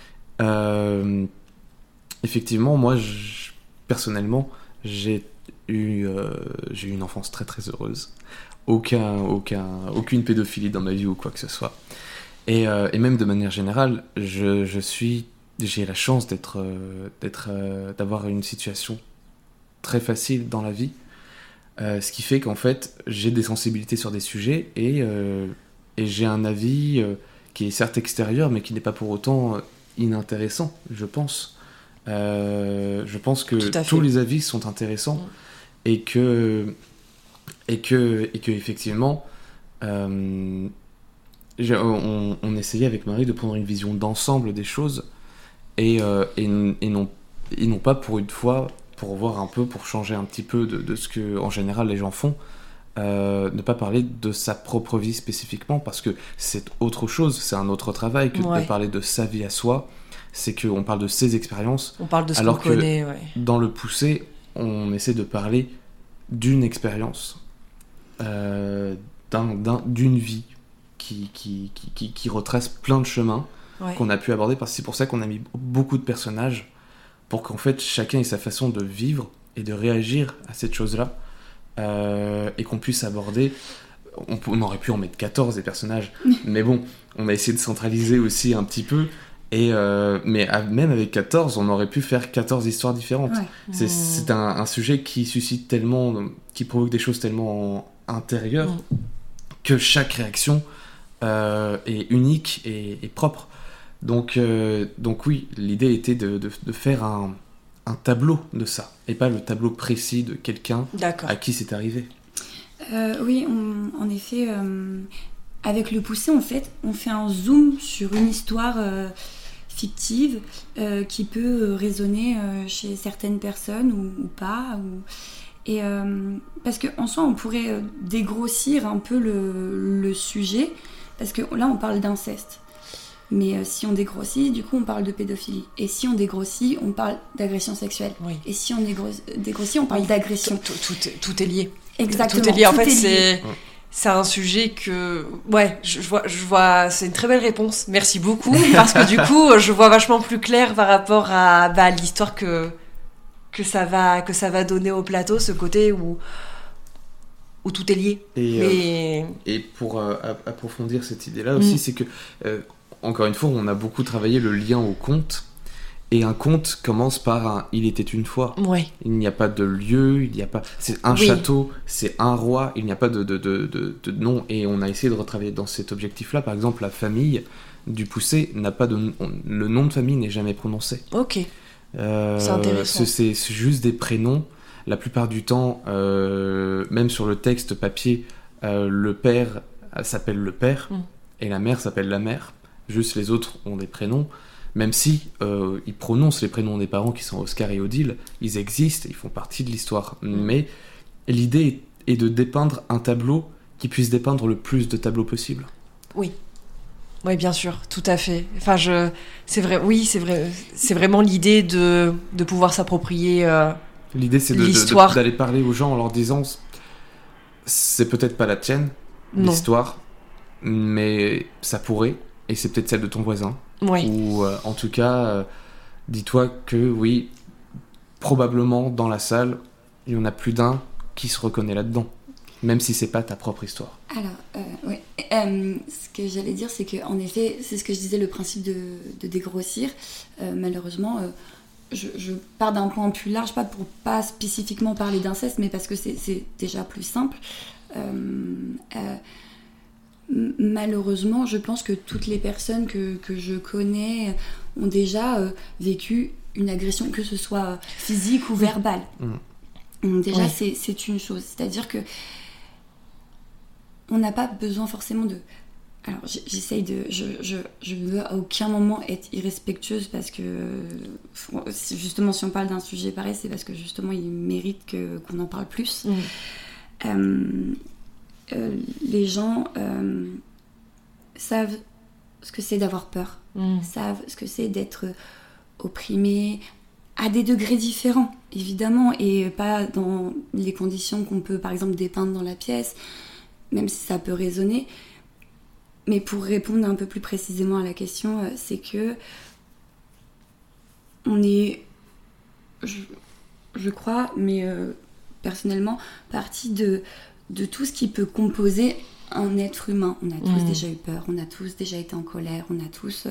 Euh, effectivement, moi, je- personnellement, j'ai eu, euh, j'ai eu une enfance très très heureuse. Aucun, aucun, aucune pédophilie dans ma vie ou quoi que ce soit. Et, euh, et même de manière générale, je, je suis, j'ai la chance d'être, euh, d'être, euh, d'avoir une situation très facile dans la vie, euh, ce qui fait qu'en fait, j'ai des sensibilités sur des sujets et, euh, et j'ai un avis euh, qui est certes extérieur, mais qui n'est pas pour autant euh, inintéressant, je pense. Euh, je pense que Tout à fait. tous les avis sont intéressants Mm. et que, et que, et que effectivement, euh, j'ai- on, on essayait avec Marie de prendre une vision d'ensemble des choses et, euh, et, et non, et non pas pour une fois, pour voir un peu, pour changer un petit peu de, de ce que en général les gens font, euh, ne pas parler de sa propre vie spécifiquement parce que c'est autre chose, c'est un autre travail que Ouais. de parler de sa vie à soi, c'est qu'on parle de ses expériences. On parle de ce Alors qu'on que- connaît, ouais. Dans le poussé, on essaie de parler d'une expérience, euh, d'un, d'un- d'une vie qui, qui, qui, qui, qui retrace plein de chemins Ouais. qu'on a pu aborder, parce que c'est pour ça qu'on a mis beaucoup de personnages, pour qu'en fait chacun ait sa façon de vivre et de réagir à cette chose-là, euh, et qu'on puisse aborder... On, on aurait pu en mettre quatorze des personnages, mais bon, on a essayé de centraliser aussi un petit peu, et euh, mais à- même avec quatorze, on aurait pu faire quatorze histoires différentes. Ouais. C'est, Mm. c'est un, un sujet qui suscite tellement, qui provoque des choses tellement intérieures Mm. que chaque réaction euh, est unique et, et propre. Donc, euh, donc oui, l'idée était de, de, de faire un, un tableau de ça, et pas le tableau précis de quelqu'un D'accord. à qui c'est arrivé. Euh, oui, on- en effet, euh, avec le poussé, en fait, on fait un zoom sur une histoire euh, fictive euh, qui peut euh, résonner euh, chez certaines personnes ou, ou pas. Ou... Et, euh, parce qu'en soi, on pourrait euh, dégrossir un peu le, le sujet, parce que là, on parle d'inceste. Mais euh, si on dégrossit, du coup, on parle de pédophilie. Et si on dégrossit, on parle d'agression sexuelle. Oui. Et si on dégros- dégrossit, on parle Oui. d'agression. Tout, tout, tout est- tout est lié. Exactement. Tout est lié. En tout fait, est lié. c'est, Ouais. c'est un sujet que, ouais, je, je vois, je vois, c'est une très belle réponse. Merci beaucoup, parce que du coup, je vois vachement plus clair par rapport à, bah, l'histoire que que ça va que ça va donner au plateau, ce côté où où tout est lié. Et, euh, Mais et pour euh, ap- approfondir cette idée-là aussi, Mm. c'est que, euh, encore une fois, on a beaucoup travaillé le lien au conte. Et un conte commence par un « il était une fois ». ouais, Il n'y a pas de lieu, il n'y a pas... C'est un Oui. château, c'est un roi, il n'y a pas de, de, de, de, de nom. Et on a essayé de retravailler dans cet objectif-là. Par exemple, la famille du poussé n'a pas de... nom- Le nom de famille n'est jamais prononcé. ok, Euh, C'est intéressant. C'est, c'est juste des prénoms. La plupart du temps, euh, même sur le texte papier, euh, le père euh, s'appelle le père Mm. et la mère s'appelle la mère. Juste les autres ont des prénoms. Même si euh, ils prononcent les prénoms des parents qui sont Oscar et Odile, ils existent, ils font partie de l'histoire. Mais l'idée est de dépeindre un tableau qui puisse dépeindre le plus de tableaux possible. oui, bien sûr, tout à fait. Enfin, je, c'est vrai, oui, c'est vrai, c'est vraiment l'idée de de pouvoir s'approprier. euh, L'idée, c'est de- de- de- L'histoire. d'aller parler aux gens en leur disant c'est peut-être pas la tienne, Non. l'histoire, mais ça pourrait, et c'est peut-être celle de ton voisin. Ouais. Ou euh, en tout cas, euh, dis-toi que oui, probablement dans la salle, il y en a plus d'un qui se reconnaît là-dedans. même si c'est pas ta propre histoire. Alors, euh, oui. Euh, ce que j'allais dire, c'est qu'en effet, c'est ce que je disais, le principe de, de dégrossir. Euh, malheureusement, euh, je, je pars d'un point plus large, pas pour pas spécifiquement parler d'inceste, mais parce que c'est, c'est déjà plus simple. Euh, euh, malheureusement, je pense que toutes les personnes que, que je connais ont déjà euh, vécu une agression, que ce soit physique ou verbale. Mmh. Donc déjà, oui. c'est, c'est une chose. C'est-à-dire que on n'a pas besoin forcément de... Alors, j'essaye de... Je, je, je veux à aucun moment être irrespectueuse parce que... Justement, si on parle d'un sujet pareil, c'est parce que justement, il mérite que, qu'on en parle plus. Mmh. Euh, euh, les gens euh, savent ce que c'est d'avoir peur. Mmh. Savent ce que c'est d'être opprimé à des degrés différents, évidemment, et pas dans les conditions qu'on peut, par exemple, dépeindre dans la pièce, même si ça peut résonner. Mais pour répondre un peu plus précisément à la question, c'est que on est, je, je crois, mais euh, personnellement, partie de, de tout ce qui peut composer un être humain. On a tous mmh. déjà eu peur, on a tous déjà été en colère, on a tous...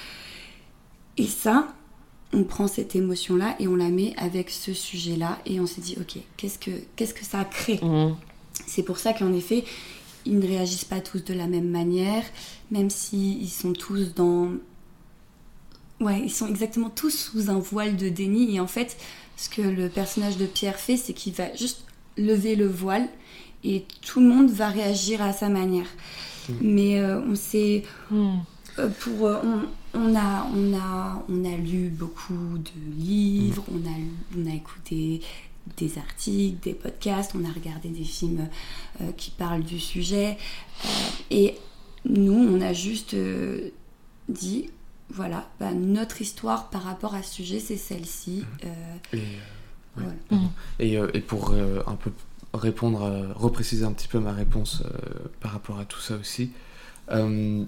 Et ça, on prend cette émotion-là et on la met avec ce sujet-là et on se dit, ok, qu'est-ce que, qu'est-ce que ça crée ? mmh. C'est pour ça qu'en effet, ils ne réagissent pas tous de la même manière, même s'ils sont tous dans... Ouais, ils sont exactement tous sous un voile de déni. Et en fait, ce que le personnage de Pierre fait, c'est qu'il va juste lever le voile et tout le monde va réagir à sa manière. Mmh. Mais euh, on s'est... Mmh. Euh, pour, euh, on, on, a, on, a, on a lu beaucoup de livres, mmh. on, a, on a écouté... des articles, des podcasts, on a regardé des films euh, qui parlent du sujet euh, et nous on a juste euh, dit voilà, bah, notre histoire par rapport à ce sujet c'est celle-ci euh, et, euh, ouais, voilà. mmh. et, euh, et pour euh, un peu répondre à, repréciser un petit peu ma réponse euh, par rapport à tout ça aussi, euh,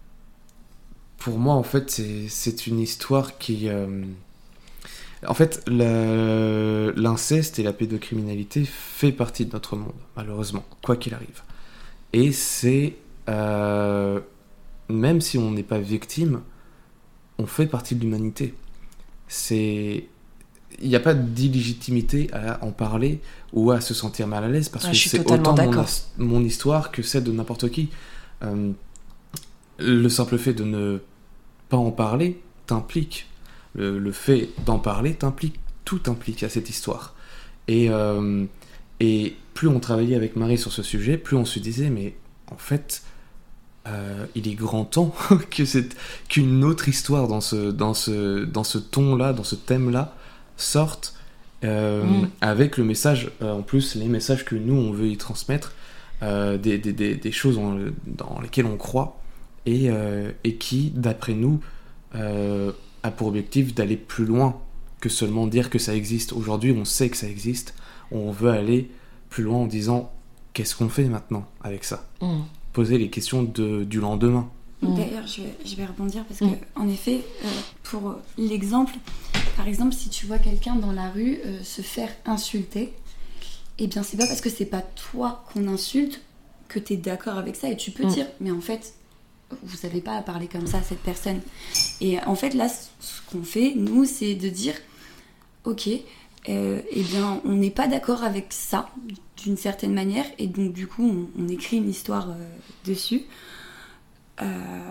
pour moi en fait c'est, c'est une histoire qui euh, en fait, le, l'inceste et la pédocriminalité fait partie de notre monde, malheureusement, quoi qu'il arrive. Et c'est... Euh, même si on n'est pas victime, on fait partie de l'humanité. C'est... Il n'y a pas d'illégitimité à en parler ou à se sentir mal à l'aise, parce ah, que c'est autant mon, mon histoire que celle de n'importe qui. Euh, le simple fait de ne pas en parler t'implique. Le, le fait d'en parler t'implique, tout implique à cette histoire. Et, euh, et plus on travaillait avec Marie sur ce sujet, plus on se disait, mais en fait, euh, il est grand temps que cette, qu'une autre histoire dans ce, dans ce, dans ce ton-là, dans ce thème-là, sorte euh, mmh. avec le message, euh, en plus, les messages que nous, on veut y transmettre, euh, des, des, des, des choses en, dans lesquelles on croit, et, euh, et qui, d'après nous, euh, a pour objectif d'aller plus loin que seulement dire que ça existe. Aujourd'hui, on sait que ça existe. On veut aller plus loin en disant qu'est-ce qu'on fait maintenant avec ça ? mmh. Poser les questions de, du lendemain. Mmh. D'ailleurs, je vais, je vais rebondir parce que, mmh. en effet, euh, pour l'exemple, par exemple, si tu vois quelqu'un dans la rue euh, se faire insulter, eh bien, c'est pas parce que c'est pas toi qu'on insulte que t'es d'accord avec ça et tu peux mmh. dire, mais en fait, vous savez pas parler comme ça à cette personne. Et en fait, là, ce qu'on fait, nous, c'est de dire, ok, euh, eh bien, on n'est pas d'accord avec ça, d'une certaine manière, et donc, du coup, on, on écrit une histoire euh, dessus, euh,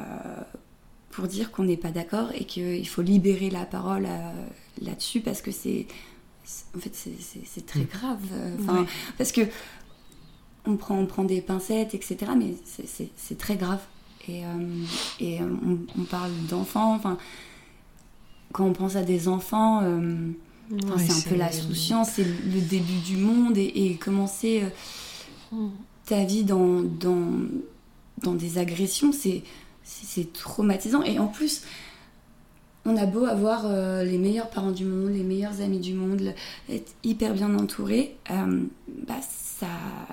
pour dire qu'on n'est pas d'accord, et qu'il faut libérer la parole euh, là-dessus, parce que c'est... c'est en fait, c'est, c'est, c'est très grave. Enfin, ouais. Parce que on prend, on prend des pincettes, et cetera, mais c'est, c'est, c'est très grave. Et, euh, et on, on parle d'enfants, enfin, quand on pense à des enfants, euh, ouais, c'est un c'est... peu la souciance, c'est le début du monde et, et commencer euh, mm. ta vie dans, dans, dans des agressions, c'est, c'est, c'est traumatisant. Et en plus, on a beau avoir euh, les meilleurs parents du monde, les meilleurs amis du monde, le, être hyper bien entouré, euh, bah ça...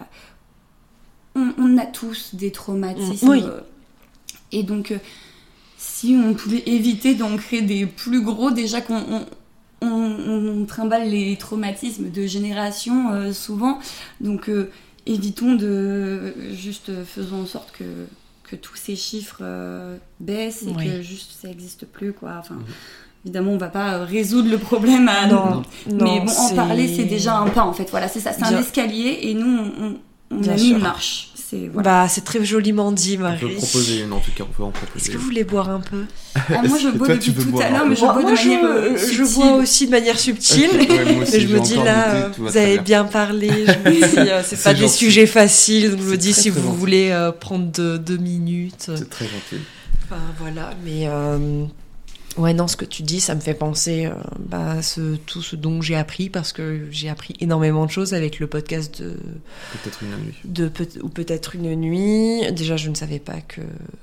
On, on a tous des traumatismes. Mm. Oui. Euh, Et donc, euh, si on pouvait éviter d'en créer des plus gros, déjà qu'on on, on, on trimballe les traumatismes de génération euh, souvent, donc euh, évitons de juste faisons en sorte que que tous ces chiffres euh, baissent et Oui. que juste ça n'existe plus, quoi. Enfin, évidemment, on va pas résoudre le problème à Non, mais non, bon, en c'est- parler, c'est déjà un pas, en fait. Voilà, c'est ça, c'est un Bien. escalier et nous, on, on, on Bien a mis sûr. une marche. C'est voilà. Bah, c'est très joliment dit, On Marie. peut proposer une, en tout cas, on peut en Est-ce proposer. que vous voulez boire un peu? Ah, moi, je bois Toi, tu depuis peux tout boire à l'heure, un mais peu. je bois Moi, de je, manière euh, je subtile. bois aussi de manière subtile. Ok, ouais, moi aussi, Et je me j'ai dis encore là, goûté, euh, tout va vous très avez bien. bien parlé. Je me dis, euh, c'est C'est pas des gentil. sujets faciles. Donc je me C'est dis, très, si très vous gentil. voulez euh, prendre deux, deux minutes. C'est très gentil. Enfin, voilà, mais euh, ouais, non, ce que tu dis, ça me fait penser euh, bah, à ce, tout ce dont j'ai appris, parce que j'ai appris énormément de choses avec le podcast de, Peut-être une nuit. de peut, ou peut-être une nuit. Déjà, je ne savais pas que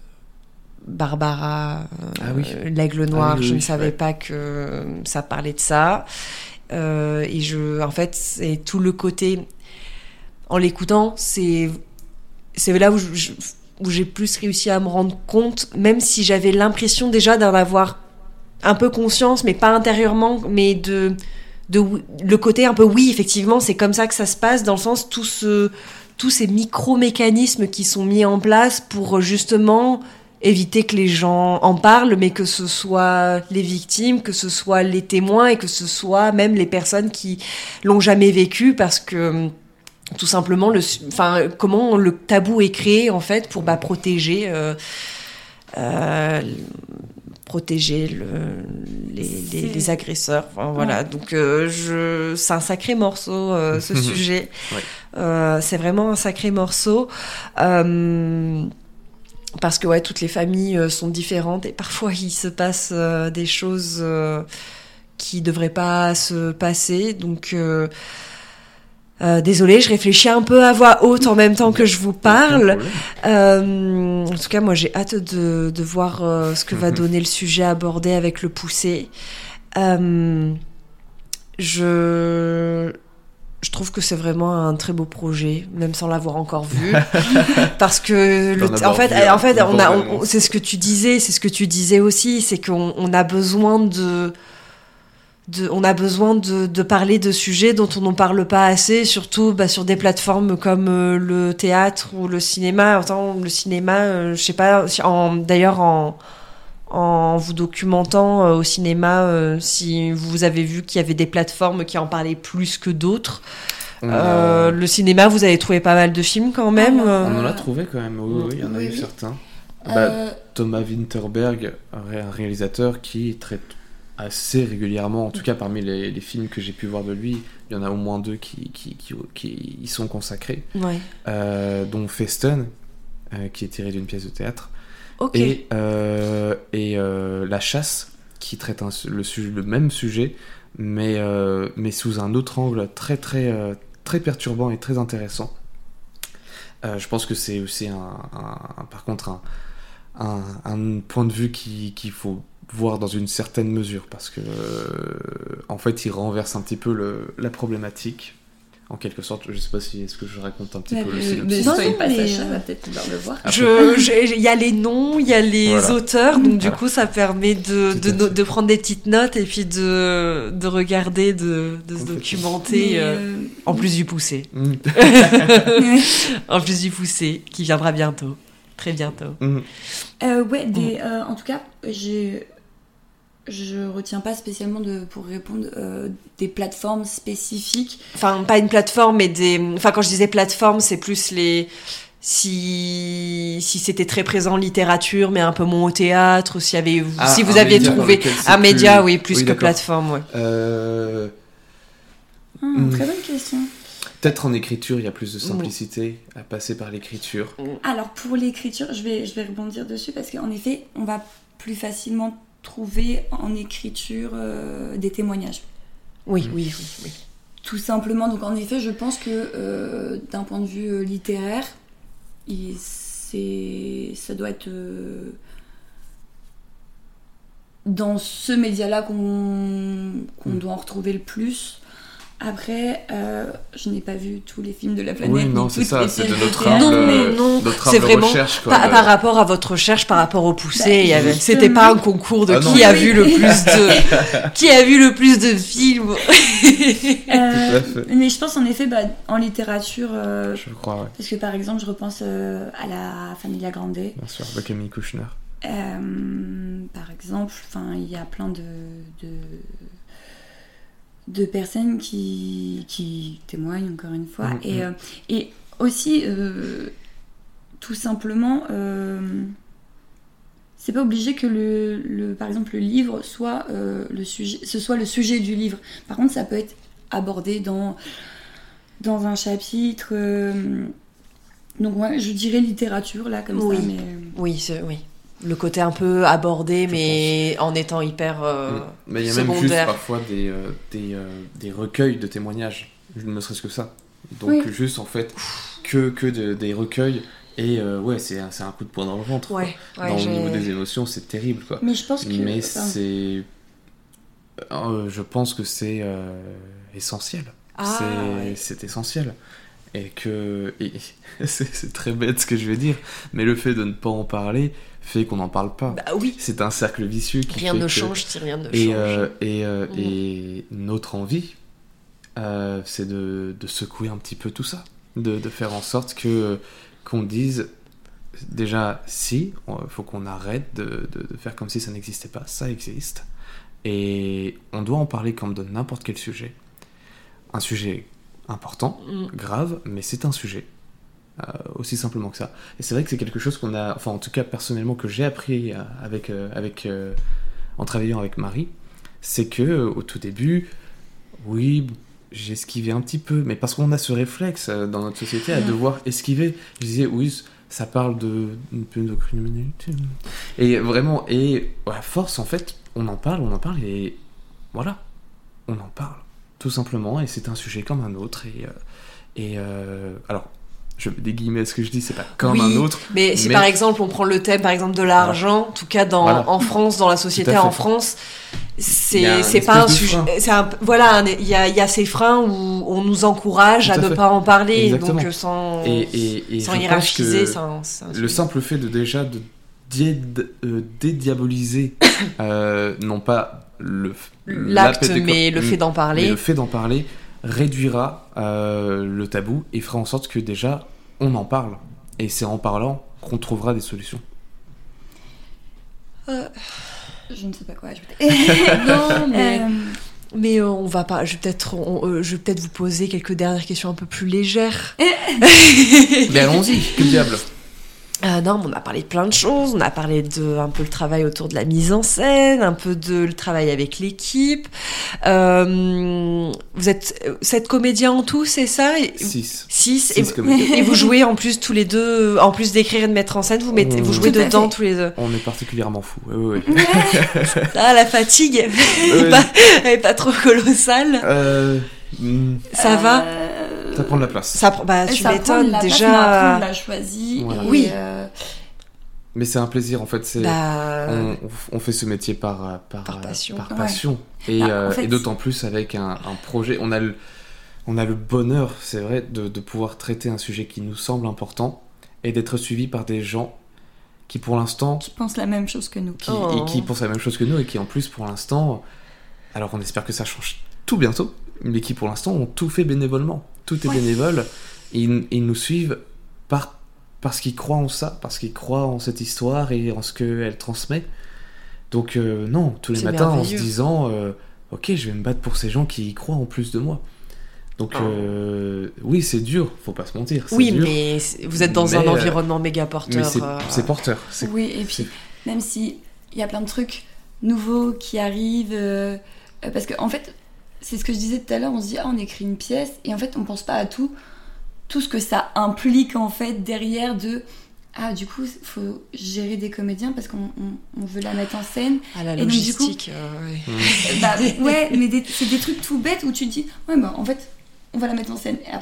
Barbara, euh, Ah oui. l'Aigle Noir, Ah oui, je oui, ne savais ouais. pas que ça parlait de ça. Euh, et je, en fait, c'est tout le côté. En l'écoutant, c'est c'est là où je- je- où j'ai plus réussi à me rendre compte, même si j'avais l'impression déjà d'en avoir un peu conscience, mais pas intérieurement, mais de, de le côté un peu oui, effectivement, c'est comme ça que ça se passe, dans le sens tout ce, tous ces micro-mécanismes qui sont mis en place pour justement éviter que les gens en parlent, mais que ce soit les victimes, que ce soit les témoins et que ce soit même les personnes qui l'ont jamais vécu, parce que tout simplement, le, enfin, comment le tabou est créé en fait pour bah, protéger, euh, euh, protéger le, les, les, les agresseurs. Enfin, voilà. Ouais. Donc, euh, je, c'est un sacré morceau euh, ce sujet. Ouais. Euh, c'est vraiment un sacré morceau. Euh, parce que ouais, toutes les familles euh, sont différentes et parfois il se passe euh, des choses euh, qui devraient pas se passer. Donc euh, Euh, désolée, je réfléchis un peu à voix haute en même temps que je vous parle. Euh, en tout cas, moi, j'ai hâte de, de voir euh, ce que va donner le sujet abordé avec le poussé. Euh, je, je trouve que c'est vraiment un très beau projet, même sans l'avoir encore vu, parce que le, D'en en fait, avoir vu, en fait, hein, on a, vraiment. on- c'est ce que tu disais, c'est ce que tu disais aussi, c'est qu'on on a besoin de De, on a besoin de, de parler de sujets dont on n'en parle pas assez, surtout bah, sur des plateformes comme euh, le théâtre ou le cinéma. Autant le cinéma, euh, je sais pas, si- en, d'ailleurs en, en vous documentant euh, au cinéma, euh, si vous avez vu qu'il y avait des plateformes qui en parlaient plus que d'autres. On, a- Euh, le cinéma, vous avez trouvé pas mal de films quand même. Alors, euh. on en a Euh, trouvé quand même, oui, oui, il y en a oui, eu oui. certains. Bah, Euh, Thomas Winterberg, un ré- un réalisateur qui traite assez régulièrement, en tout cas parmi les, les films que j'ai pu voir de lui, il y en a au moins deux qui, qui, qui, qui y sont consacrés, Ouais. euh, dont Festen, euh, qui est tiré d'une pièce de théâtre, Ok. et, euh, et euh, La Chasse, qui traite un su- le, sujet, le même sujet, mais, euh, mais sous un autre angle très, très, euh, très perturbant et très intéressant. Euh, je pense que c'est aussi, un, un- un- par contre, un, un, un point de vue qui- qu'il faut voir dans une certaine mesure, parce que euh, en fait il renverse un petit peu le, la problématique en quelque sorte. Je sais pas si est-ce que je raconte un petit mais peu le mais synopsis. Non, spoil non, pas mais, Sacha, euh, va peut-être pouvoir le voir. Je, je- il y a les noms, il y a les Voilà. auteurs, donc du Voilà. coup ça permet de, Tout de, à no- fait. de prendre des petites notes et puis de, de regarder, de, de se Complètement. documenter, Mais, euh, euh, en plus du poussé. Mm. En plus du poussé, qui viendra bientôt. Très bientôt. Mm. Euh, ouais, des, euh, en tout cas, j'ai, je retiens pas spécialement de, pour répondre euh, des plateformes spécifiques. Enfin, pas une plateforme, mais des... Enfin, quand je disais plateforme, c'est plus les... Si, si c'était très présent en littérature, mais un peu moins au théâtre, s'il y avait... Ah, si vous un aviez média dans trouvé... lequel c'est Un média, plus- oui, plus oui, que d'accord. plateforme, ouais. Euh, Ah, Mm. Très bonne question. peut-être en écriture il y a plus de simplicité à passer par l'écriture. Alors pour l'écriture, je vais, je vais rebondir dessus parce qu'en effet, on va plus facilement trouver en écriture euh, des témoignages. Oui, oui, oui, oui. Tout simplement, donc en effet, je pense que euh, d'un point de vue euh, littéraire, il, c'est, ça doit être euh, dans ce média-là qu'on, qu'on Mm. doit en retrouver le plus. Après, euh, je n'ai pas vu tous les films de la planète. Oui, non, ni c'est toutes ça, les c'est de séries notre coréennes, humble, mais- non, notre c'est humble vraiment recherche, quoi. par, par rapport à votre recherche, par rapport au poussé, Bah, il y avait- justement. c'était pas un concours de Ah non. qui a Oui. vu le plus de qui a vu le plus de films. Euh, Tout à fait. mais je pense en effet, bah, en littérature, euh, Je crois, ouais. parce que par exemple, je repense euh, à la Familia Grande. Bien sûr, de Camille Kouchner. Euh, par exemple, enfin, il y a plein de, de, de personnes qui, qui témoignent encore une fois. Mhm. Et, euh, et aussi, euh, tout simplement, euh, c'est pas obligé que le, le, par exemple, le livre soit euh, le sujet, ce soit le sujet du livre. Par contre, ça peut être abordé dans, dans un chapitre. euh, donc, ouais, je dirais littérature, là, comme Oui. ça. Mais... Oui, c'est- oui. Le côté un peu abordé, mais en étant hyper euh, Mm. Mais il y a même juste secondaire. parfois des, euh, des, euh, des recueils de témoignages, ne serait-ce que ça. Donc Oui. juste en fait que, que de- des recueils et euh, ouais c'est un, c'est un coup de poing dans le ventre. Ouais, quoi. ouais, Dans j'ai- le niveau des émotions c'est terrible quoi. Mais je pense que. Mais enfin, c'est, euh, je pense que c'est euh, essentiel. Ah, c'est, ouais. c'est essentiel. Et que et- c'est, c'est très bête ce que je vais dire, mais le fait de ne pas en parler fait qu'on n'en parle pas. Bah oui, C'est un cercle vicieux qui rien fait ne que- change si rien ne Et, change. euh, et, euh, Mhm. et notre envie, euh, c'est de, de secouer un petit peu tout ça. De, de faire en sorte que qu'on dise, déjà, si, il faut qu'on arrête de, de, de faire comme si ça n'existait pas. Ça existe. Et on doit en parler comme de n'importe quel sujet. Un sujet important, Mm. grave, mais c'est un sujet. Euh, aussi simplement que ça. Et c'est vrai que c'est quelque chose qu'on a, enfin en tout cas personnellement que j'ai appris euh, avec, euh, avec, euh, en travaillant avec Marie, c'est que euh, au tout début, oui, j'ai esquivé un petit peu, mais parce qu'on a ce réflexe euh, dans notre société à Mhm. devoir esquiver. Je disais oui, ça parle de une pédocriminalité. Et vraiment, et à force en fait, on en parle, on en parle et voilà, on en parle tout simplement. Et c'est un sujet comme un autre. Et, euh, et euh, alors. Je mets des guillemets à ce que je dis, c'est pas comme Oui, un autre. Mais si mais- par exemple on prend le thème par exemple de l'argent, en tout cas dans, Voilà. en France, dans la société Tout à fait. en France, Il y a c'est un c'est pas un espèce de sujet. frein. C'est un, voilà, un- il y a, il y a ces freins où on nous encourage Tout à à ne fait. pas en parler, Exactement. donc euh, sans, Et, et, et sans je pense hiérarchiser, que c'est un- c'est un le sujet. simple fait de déjà de déd- euh, dédiaboliser, euh, non pas le L'acte, la pédéco- mais le fait d'en mais parler. le fait d'en parler réduira euh, le tabou et fera en sorte que déjà on en parle. Et c'est en parlant qu'on trouvera des solutions. Je ne sais pas quoi ajouter. Non, mais, Euh, mais euh, on va pas. Je vais peut-être, on- euh, je vais peut-être vous poser quelques dernières questions un peu plus légères. Mais allons-y, que diable. Euh, non, mais on a parlé de plein de choses. On a parlé de un peu le travail autour de la mise en scène, un peu de le travail avec l'équipe. Euh, vous êtes euh, sept comédiens en tout, c'est ça? Et- Six. Six. Six Et, vous- comédiens. et vous jouez en plus tous les deux, en plus d'écrire et de mettre en scène, vous mettez, On- vous jouez Tout à dedans fait. tous les deux. On est particulièrement fous. Oui, oui, oui. Ah, la fatigue, elle est Ouais. pas, elle est pas trop colossale. Euh, hmm, Ça va? euh, ça prend de la place. Ça, prend- bah, tu ça prend de m'étonnes la place, mais déjà. après, on l'a choisi. Voilà. et, Oui. euh, Mais c'est un plaisir en fait. C'est, Bah, on, on fait ce métier par, euh, par, Par euh, passion. par Ouais. passion. Et, Bah, en euh, fait, et d'autant plus avec un, un projet. On a, le, on a le bonheur, c'est vrai, de, de pouvoir traiter un sujet qui nous semble important et d'être suivi par des gens qui pour l'instant qui pensent la même chose que nous. qui, Oh. et qui pensent la même chose que nous et qui en plus pour l'instant, alors on espère que ça change tout bientôt, mais qui pour l'instant ont tout fait bénévolement. Tout est Ouais. bénévole. Et ils, ils nous suivent par, parce qu'ils croient en ça, parce qu'ils croient en cette histoire et en ce qu'elle transmet. Donc euh, non, tous les C'est matins en se merveilleux. disant euh, ok, je vais me battre pour ces gens qui y croient en plus de moi. Donc Oh. euh, oui, c'est dur, faut pas se mentir. C'est oui, dur, mais c'est- vous êtes dans un Mais, euh, environnement méga mais porteur. c'est, euh, c'est porteur. C'est, Oui, et puis même si il y a plein de trucs nouveaux qui arrivent, euh, euh, parce que en fait, c'est ce que je disais tout à l'heure, on se dit ah on écrit une pièce et en fait on pense pas à tout, tout ce que ça implique en fait derrière de ah du coup faut gérer des comédiens parce qu'on on, on veut la mettre en scène. à la et donc, du coup- logistique. euh, ouais. Bah ouais, mais des- c'est des trucs tout bêtes où tu te dis ouais bah en fait on va la mettre en scène et après c'est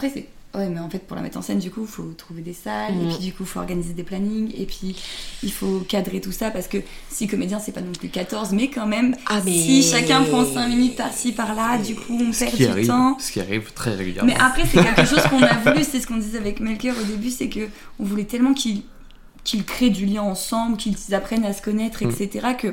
Ouais, mais en fait, pour la mettre en scène, du coup, il faut trouver des salles, Mmh. et puis du coup, il faut organiser des plannings, et puis il faut cadrer tout ça, parce que si comédien, c'est pas non plus quatorze, mais quand même, Ah, mais... si chacun prend cinq minutes par-ci, par-là, du coup, on Ce perd qui du arrive, temps. ce qui arrive très régulièrement. Mais après, c'est quelque chose qu'on a voulu, c'est ce qu'on disait avec Melchior au début, c'est que on voulait tellement qu'ils, qu'ils créent du lien ensemble, qu'ils apprennent à se connaître, Mmh. et cetera, que,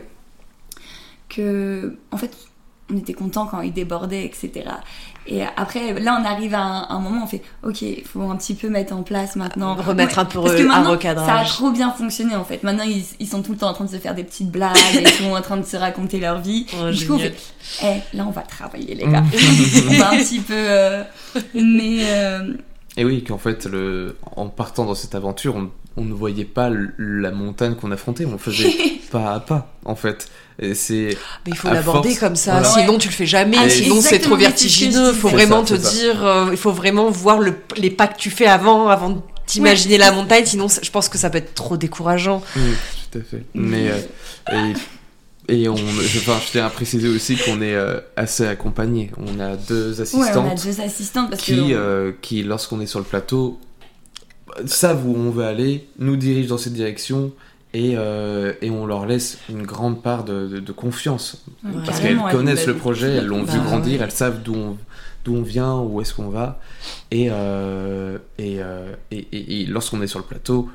que, en fait, on était contents quand ils débordaient, et cetera. Et après, là, on arrive à un, un moment, on fait, ok, il faut un petit peu mettre en place maintenant. Remettre Ouais, un peu parce que un maintenant, recadrage. ça a trop bien fonctionné, en fait. Maintenant, ils, ils sont tout le temps en train de se faire des petites blagues, et ils sont en train de se raconter leur vie. Oh, du coup, on génial. fait, eh, là, on va travailler, les gars. On va un petit peu... euh, mais... euh, Et oui, qu'en fait, le... en partant dans cette aventure, on, on ne voyait pas l- la montagne qu'on affrontait, on le faisait pas à pas, en fait. Et c'est... Mais il faut à l'aborder force- comme ça, voilà. sinon tu le fais jamais, Ah, sinon c'est trop exactement, mais c'est ce que je vertigineux. Il faut disais. vraiment C'est te ça, c'est ça. dire, euh, il faut vraiment voir le, les pas que tu fais avant, avant de t'imaginer Ouais. la montagne, sinon je pense que ça peut être trop décourageant. Oui, tout à fait. Mais... euh, et... Et on, je, enfin, je tiens à préciser aussi qu'on est euh, assez accompagné. On a deux Ouais, assistantes on a deux assistantes, parce qui, que... euh, qui, lorsqu'on est sur le plateau, savent où on veut aller, nous dirigent dans cette direction et, euh, et on leur laisse une grande part de, de, de confiance. Ouais, Parce carrément, qu'elles elles connaissent nous le projet, elles l'ont Bah, vu grandir, ouais. elles savent d'où on, d'où on vient, où est-ce qu'on va. Et, euh, et, euh, et, et, et lorsqu'on est sur le plateau,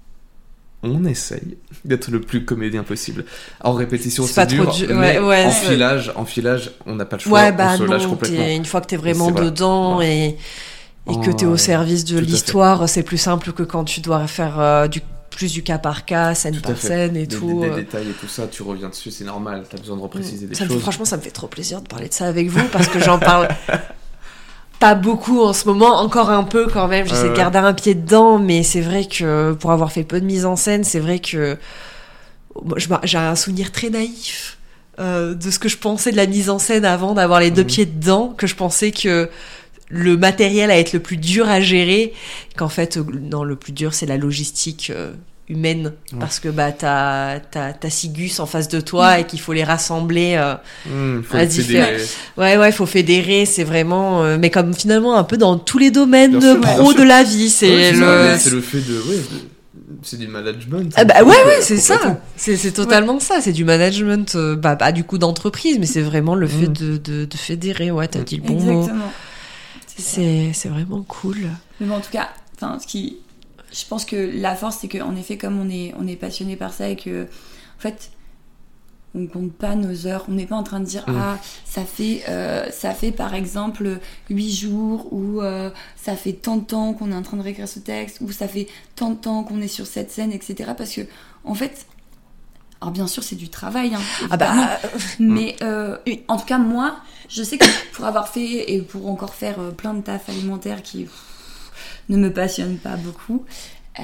on essaye d'être le plus comédien possible. En répétition, C'est c'est, pas dur, trop dur, mais ouais, ouais, en, c'est- filage, en filage, on n'a pas le choix, Ouais, bah on se non, lâche complètement. t'es- une fois que t'es vraiment c'est vrai. dedans Ouais. et, et que Oh, t'es au service de tout à fait. l'histoire, c'est plus simple que quand tu dois faire euh, du, plus du cas par cas, scène Tout à par fait. scène et Des- tout. Des, des euh. détails et tout ça, tu reviens dessus, c'est normal, t'as besoin de repréciser des Ça me fait- choses. franchement, ça me fait trop plaisir de parler de ça avec vous parce que j'en parle pas beaucoup en ce moment, encore un peu quand même. J'essaie Ouais, de ouais. garder un pied dedans, mais c'est vrai que pour avoir fait peu de mise en scène, c'est vrai que moi, je m'a- j'ai un souvenir très naïf euh, de ce que je pensais de la mise en scène avant d'avoir les deux Mhm. pieds dedans, que je pensais que le matériel allait être le plus dur à gérer, qu'en fait, euh, non, le plus dur, c'est la logistique euh, humaine, Ouais. parce que bah, t'as, t'as, t'as Sigus en face de toi et qu'il faut les rassembler. euh, Mmh, faut à essayer différents- des- Ouais, ouais, faut fédérer, c'est vraiment... euh, mais comme finalement un peu dans tous les domaines Bien sûr, pro bien sûr. de la vie, c'est Ouais, le... ça, mais c'est le fait de... Ouais, de- c'est du management. Ah bah ouais, Euh, ouais, c'est ça. complètement. C'est, c'est totalement ça. C'est du management, euh, bah, pas du coup d'entreprise, mais c'est vraiment le fait Mm. de, de, de fédérer. Ouais, t'as dit le bon mot. Exactement. C'est ça. C'est, c'est vraiment cool. Mais bon, en tout cas, enfin, ce qui, je pense que la force, c'est qu'en effet, comme on est, on est passionné par ça et que, en fait, on compte pas nos heures. On n'est pas en train de dire Mm. ah ça fait, euh, ça fait par exemple huit jours ou euh, ça fait tant de temps qu'on est en train de réécrire ce texte ou ça fait tant de temps qu'on est sur cette scène, et cetera. Parce que en fait, alors bien sûr c'est du travail, hein, Ah bah, évidemment. Mais euh, en tout cas, moi, je sais que pour avoir fait et pour encore faire euh, plein de taf alimentaire qui pff, ne me passionne pas beaucoup, euh,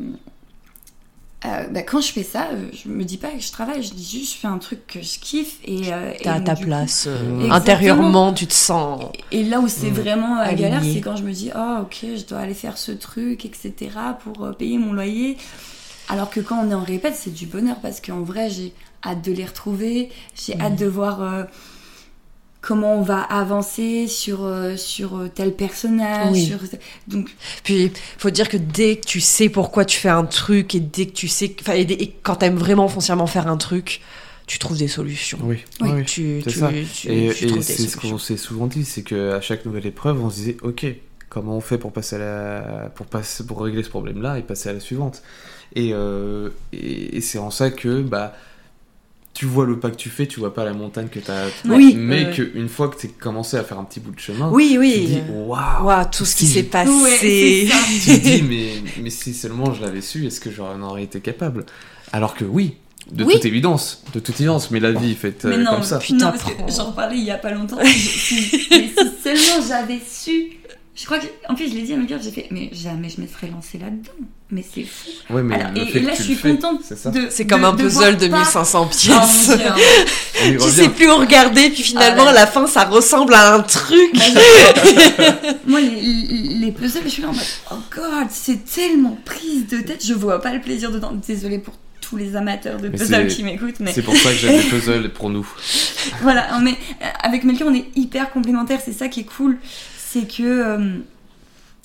euh, bah, quand je fais ça, euh, je me dis pas que je travaille, je dis juste je fais un truc que je kiffe et, euh, et t'as donc, ta du coup, place. euh, Exactement. intérieurement, tu te sens... et là où c'est Mmh. vraiment à Aligné. galère, c'est quand je me dis oh ok, je dois aller faire ce truc, et cetera pour euh, payer mon loyer. Alors que quand on est en répète, c'est du bonheur parce qu'en vrai, j'ai hâte de les retrouver, j'ai Mmh. hâte de voir euh, comment on va avancer sur, euh, sur euh, tel personnage. Oui. Sur... Donc, Puis, faut dire que dès que tu sais pourquoi tu fais un truc et dès que tu sais... Enfin, et, et quand t'aimes vraiment foncièrement faire un truc, tu trouves des solutions. Oui, Oui. oui. Tu, C'est tu, ça. tu, Et, tu et trouves des c'est ce solutions. qu'on s'est souvent dit, c'est qu'à chaque nouvelle épreuve, on se disait, ok, comment on fait pour passer à la, pour passer, pour régler ce problème-là et passer à la suivante. Et, euh, et, et c'est en ça que bah tu vois le pas que tu fais, tu vois pas la montagne que t'as. Oui. Mais Ouais. qu'une fois que t'es commencé à faire un petit bout de chemin, Oui, tu te oui. dis, waouh. Waouh, tout ce qui si- s'est passé. Ouais, c'est ça. Tu te dis, mais, mais si seulement je l'avais su, est-ce que j'en aurais été capable? Alors que oui, de Oui. toute évidence, de toute évidence, mais la vie est faite euh, mais non, comme ça. Puis non, parce t'apprends. que j'en reparlais il y a pas longtemps. Si- si- mais si seulement j'avais su. Je crois que, en plus, je l'ai dit à mes gars, j'ai fait, mais jamais je me serais lancée là-dedans. Mais c'est fou. Ouais, mais Alors, le et, fait et là, que je tu suis le fais, contente c'est ça. de. C'est comme un de puzzle voir de pas- mille cinq cents Oh, pièces. mon Dieu, hein. On y Tu revient. sais plus où regarder, puis finalement, Ah ouais. à la fin, ça ressemble à un truc. Moi, les, les puzzles, je suis là en mode, oh god, c'est tellement prise de tête, je vois pas le plaisir dedans. Désolée pour tous les amateurs de Mais puzzles c'est- qui m'écoutent, mais C'est pour ça que j'aime les puzzles pour nous. voilà. Mais euh, avec Melchior, on est hyper complémentaires, c'est ça qui est cool, c'est que euh,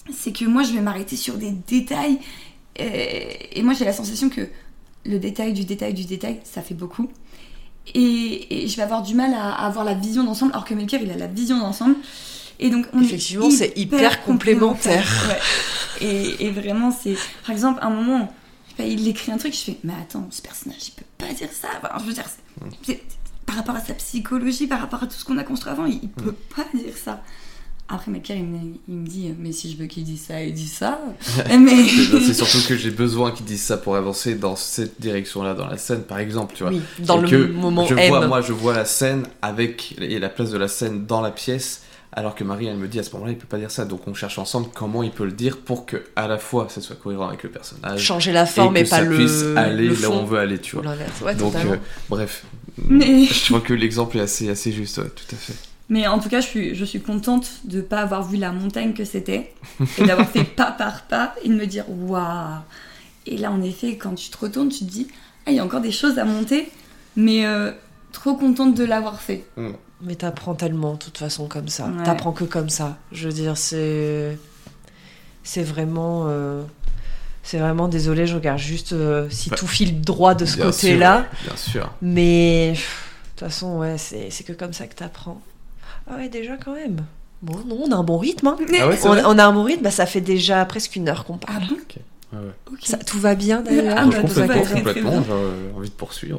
c'est que moi je vais m'arrêter sur des détails et, et moi j'ai la sensation que le détail du détail du détail ça fait beaucoup et, et je vais avoir du mal à, à avoir la vision d'ensemble alors que Melchior il a la vision d'ensemble et donc on effectivement est c'est hyper complémentaire, complémentaire. Ouais. et, et vraiment c'est par exemple à un moment je sais pas, il écrit un truc je fais mais attends ce personnage il peut pas dire ça enfin, je veux dire c'est, c'est, par rapport à sa psychologie par rapport à tout ce qu'on a construit avant il, il peut mm. pas dire ça. Après, Melchior, il me, il me dit, mais si je veux qu'il dise ça, il dit ça. Mais... c'est surtout que j'ai besoin qu'il dise ça pour avancer dans cette direction-là, dans la scène, par exemple, tu vois. Oui, dans et le moment je M. vois, moi, je vois la scène avec et la place de la scène dans la pièce, alors que Marie, elle me dit à ce moment-là, il peut pas dire ça. Donc, on cherche ensemble comment il peut le dire pour que, à la fois, ça soit cohérent avec le personnage. Changer la forme et, et que pas ça le puisse aller le là où fond. on veut aller, tu vois. Ouais, donc, euh, bref. Mais... je crois que l'exemple est assez, assez juste, ouais, tout à fait. Mais en tout cas, je suis, je suis contente de ne pas avoir vu la montagne que c'était et d'avoir fait pas par pas et de me dire waouh. Et là, en effet, quand tu te retournes, tu te dis ah, il y a encore des choses à monter, mais euh, trop contente de l'avoir fait. Mmh. Mais t'apprends tellement, de toute façon, comme ça. Ouais. T'apprends que comme ça. Je veux dire, c'est. C'est vraiment. Euh... C'est vraiment désolé, je regarde juste euh, si bah, tout file droit de ce côté-là. Sûr, bien sûr. Mais. De toute façon, ouais, c'est, c'est que comme ça que t'apprends. Ah ouais, déjà quand même. Bon, non, on a un bon rythme. Hein. Ah ouais, on, on a un bon rythme, bah, ça fait déjà presque une heure qu'on parle. Ah bon okay. Ah ouais. Okay. Ça, tout va bien d'ailleurs. Ah, bah, tout va complètement, très, complètement. J'ai envie de poursuivre.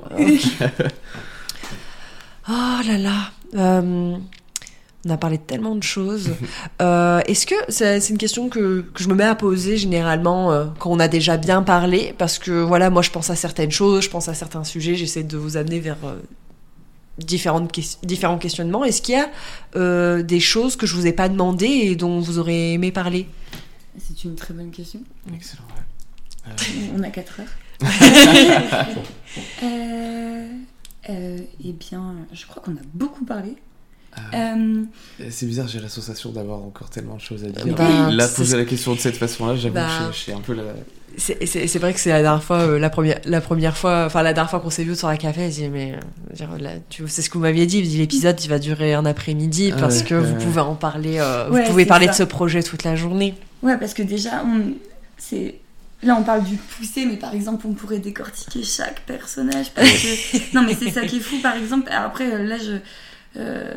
Oh là là. Euh, on a parlé de tellement de choses. euh, est-ce que c'est, c'est une question que, que je me mets à poser généralement euh, quand on a déjà bien parlé, parce que voilà, moi je pense à certaines choses, je pense à certains sujets, j'essaie de vous amener vers euh, Différentes que- différents questionnements. Est-ce qu'il y a euh, des choses que je vous ai pas demandé et dont vous aurez aimé parler ? C'est une très bonne question. Excellent. Ouais. Euh... On a quatre heures. euh, euh, eh bien, je crois qu'on a beaucoup parlé. Euh... Euh... C'est bizarre, j'ai l'association d'avoir encore tellement de choses à dire. Bah, Là, poser la question de cette façon-là, j'avoue bah, que je suis un peu la... C'est, c'est, c'est vrai que c'est la dernière fois, euh, la première, la première fois, enfin la dernière fois qu'on s'est vu sur la café, j'ai dit mais, euh, dire, là, tu, c'est ce que vous m'aviez dit, dit l'épisode il va durer un après-midi ah parce ouais, que euh... vous pouvez en parler, euh, ouais, vous pouvez parler ça. de ce projet toute la journée. Ouais, parce que déjà, on, c'est, là on parle du poussé, mais par exemple on pourrait décortiquer chaque personnage parce que, non mais c'est ça qui est fou, par exemple. Après là je, euh...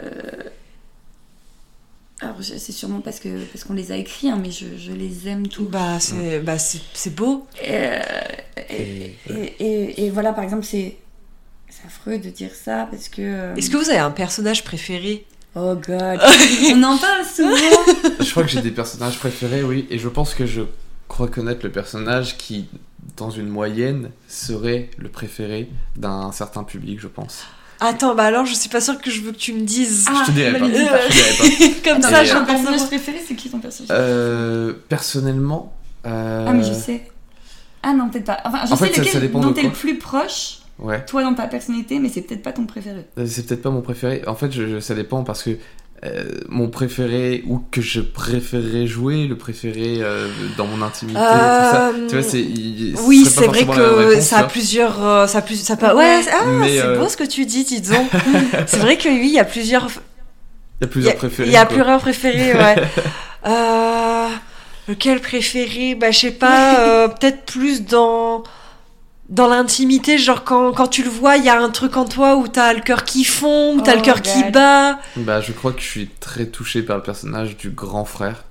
alors c'est sûrement parce que parce qu'on les a écrits, hein, mais je, je les aime tous. Bah c'est, ouais. bah c'est, c'est beau. Et, euh, et, et, et, et, et voilà, par exemple, c'est, c'est affreux de dire ça parce que. Euh... Est-ce que vous avez un personnage préféré ? Oh God, on en parle souvent. Je crois que j'ai des personnages préférés, oui, et je pense que je crois connaître le personnage qui, dans une moyenne, serait le préféré d'un certain public, je pense. Attends, bah alors je suis pas sûre que je veux que tu me dises. Ah, je te dirai bah, pas. dis pas. Je te dirai pas. Comme Attends, ça, et, j'ai ton un personnage personnage préféré, c'est qui ton personnage Euh, personnellement. Euh... Ah, mais je sais. Ah non, peut-être pas. Enfin, je En sais fait, ça- lequel ça dépend dont de t'es quoi. le plus proche, Ouais. toi dans ta personnalité, mais c'est peut-être pas ton préféré. C'est peut-être pas mon préféré. En fait, je, je- ça dépend parce que euh, mon préféré ou que je préférerais jouer, le préféré euh, dans mon intimité, Euh, tout ça. Tu vois, c'est. il- ce Oui, serait pas c'est vrai forcément la même que réponse, ça a tu vois. plusieurs, euh, ça a plus, ça peut, ouais, ah, Mais, c'est euh, beau ce que tu dis, dis donc. C'est vrai que oui, il y a plusieurs, Il y a il y plusieurs a, préférés. il y a quoi. plusieurs préférés, ouais. euh, lequel préféré? Bah, je sais pas, euh, peut-être plus dans, dans l'intimité, genre quand, quand tu le vois, il y a un truc en toi où t'as le cœur qui fond, où t'as Oh, le cœur qui God. bat. Bah, je crois que je suis très touché par le personnage du grand frère.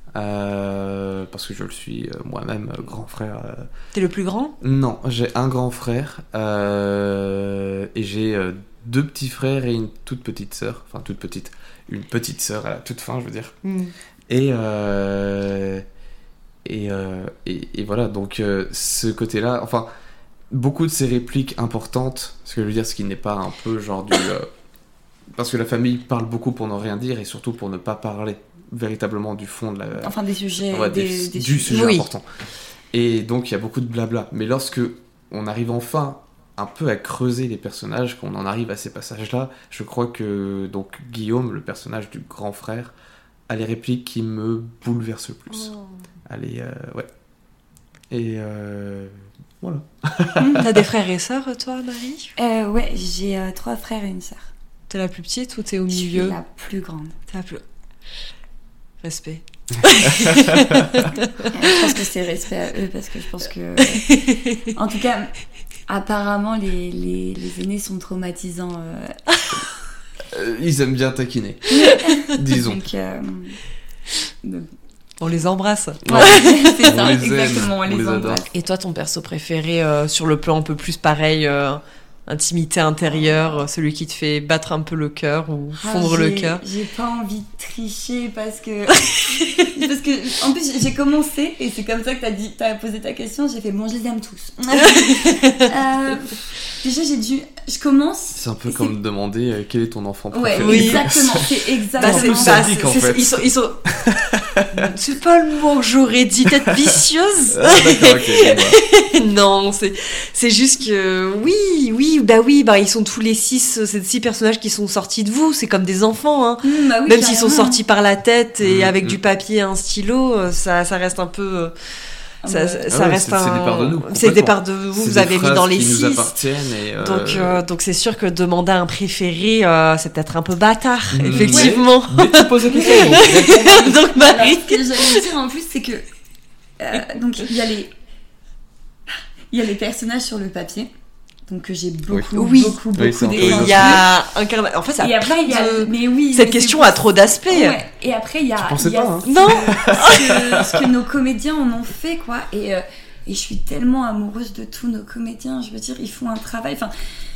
Euh, parce que je le suis euh, moi-même, euh, grand frère. euh. T'es le plus grand? Non, j'ai un grand frère euh, et j'ai euh, deux petits frères et une toute petite sœur. Enfin, toute petite. Une petite sœur à la toute fin, je veux dire. Mm. Et, euh, et, euh, et, et voilà, donc euh, ce côté-là, enfin, beaucoup de ces répliques importantes, ce que je veux dire, ce qui n'est pas un peu genre du... euh, parce que la famille parle beaucoup pour ne rien dire et surtout pour ne pas parler véritablement du fond de la... Enfin, des sujets. Ouais, des, des- des du sujets. sujet Oui. important. Et donc il y a beaucoup de blabla. Mais lorsque on arrive enfin un peu à creuser les personnages, qu'on en arrive à ces passages-là, je crois que donc Guillaume, le personnage du grand frère, a les répliques qui me bouleversent le plus. Oh. Allez, euh, ouais. Et euh, voilà. T'as des frères et sœurs, toi, Marie? Euh, ouais, j'ai euh, trois frères et une sœur. T'es la plus petite ou t'es au Je suis milieu? la plus grande. T'es la plus... Respect. Je pense que c'est respect à eux parce que je pense que... En tout cas, apparemment, les, les, les aînés sont traumatisants. Euh... Euh, ils aiment bien taquiner, disons. Donc, euh... donc... On les embrasse. Ouais, c'est ça, On les aime, exactement, on, on les, les embrasse. adore. Et toi, ton perso préféré euh, sur le plan un peu plus pareil, euh, intimité intérieure, celui qui te fait battre un peu le cœur ou fondre Ah, le j'ai- cœur? J'ai pas envie de tricher parce que parce que en plus j'ai commencé et c'est comme ça que t'as dit t'as posé ta question. J'ai fait bon, je les aime tous. Euh, déjà j'ai dû je commence. C'est un peu C'est- comme demander euh, quel est ton enfant Ouais, préféré. Oui. exactement, c'est Bah, exactement. c'est peu ça, sadique, c'est- en c'est- fait. ils sont, ils sont... c'est pas le mot que j'aurais dit, tête vicieuse. Ah, d'accord, ok. Bon, bah. Non, c'est c'est juste que oui, oui, bah oui, bah ils sont tous les six, euh, ces six personnages qui sont sortis de vous, c'est comme des enfants, hein. Mmh, bah oui, Même s'ils sont carrément. sortis par la tête et Mmh, avec mmh. du papier et un stylo, euh, ça, ça reste un peu, euh, Ah ça, ouais. ça, Ah ça ouais, reste c'est- un, c'est des parts de nous, c'est des complètement. parts de vous, C'est vous des avez mis phrases dans les qui six. nous appartiennent et euh, Donc, euh, donc c'est sûr que demander un préféré, euh, c'est peut-être un peu bâtard, Mmh. effectivement. Mais tu poses la question. donc, réponds. Donc Alors, Marie, ce que j'allais dire en plus, c'est que euh, donc il y a les il y a les personnages sur le papier, donc que j'ai beaucoup, Oui. beaucoup, beaucoup Oui, c'est encore une défendu. il y a un carna- En fait, ça Et a après plein il y a de... mais oui, Cette mais question c'est- a trop d'aspects. Ouais. Et après il y a, Tu pensais il y a pas, hein. ce, Non. ce, que, ce que nos comédiens en ont fait quoi. Et euh, et je suis tellement amoureuse de tous nos comédiens. Je veux dire, ils font un travail. Enfin,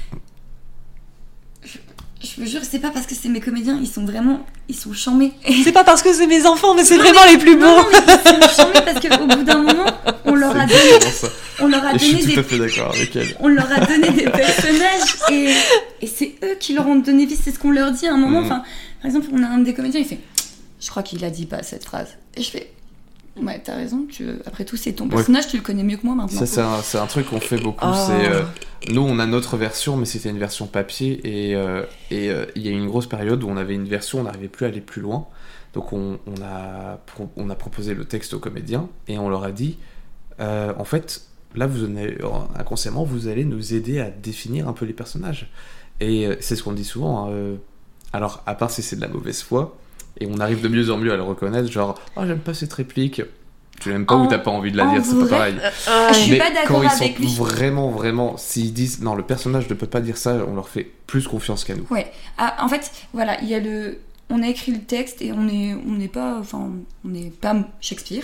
je, je vous jure, c'est pas parce que c'est mes comédiens, ils sont vraiment, ils sont charmés. C'est pas parce que c'est mes enfants, mais c'est Non, vraiment les plus beaux. Non, non, mais ils sont charmés parce qu'au bout d'un moment, on leur a C'est donné, exactement ça. on leur a Et je donné suis tout des à fait d'accord avec elle. on leur a donné des personnages et, et c'est eux qui leur ont donné vie, c'est ce qu'on leur dit à un moment. Mhm. Enfin, par exemple, on a un des comédiens, il fait je crois qu'il a dit pas cette phrase. Et je fais ouais, t'as raison, tu... après tout, c'est ton personnage, tu le connais mieux que moi maintenant. Ça, c'est un, c'est un truc qu'on fait beaucoup. Oh. C'est, euh, nous, on a notre version, mais c'était une version papier. Et euh, et, euh, il y a eu une grosse période où on avait une version, on n'arrivait plus à aller plus loin. Donc, on, on, a, pro- on a proposé le texte aux comédiens et on leur a dit euh, en fait, là, vous en avez- inconsciemment, vous allez nous aider à définir un peu les personnages. Et euh, c'est ce qu'on dit souvent. Hein, euh, alors, à part si c'est de la mauvaise foi, et on arrive de mieux en mieux à le reconnaître, genre, oh, j'aime pas cette réplique. Tu l'aimes pas En- ou t'as pas envie de la en dire, c'est pas vrai, pareil. Ah, je suis Mais pas d'accord quand ils avec sont lui. vraiment, vraiment, s'ils disent non, le personnage ne peut pas dire ça, on leur fait plus confiance qu'à nous. Ouais. Ah, en fait, voilà, il y a le. On a écrit le texte et on est, on n'est pas, enfin, on n'est pas Shakespeare.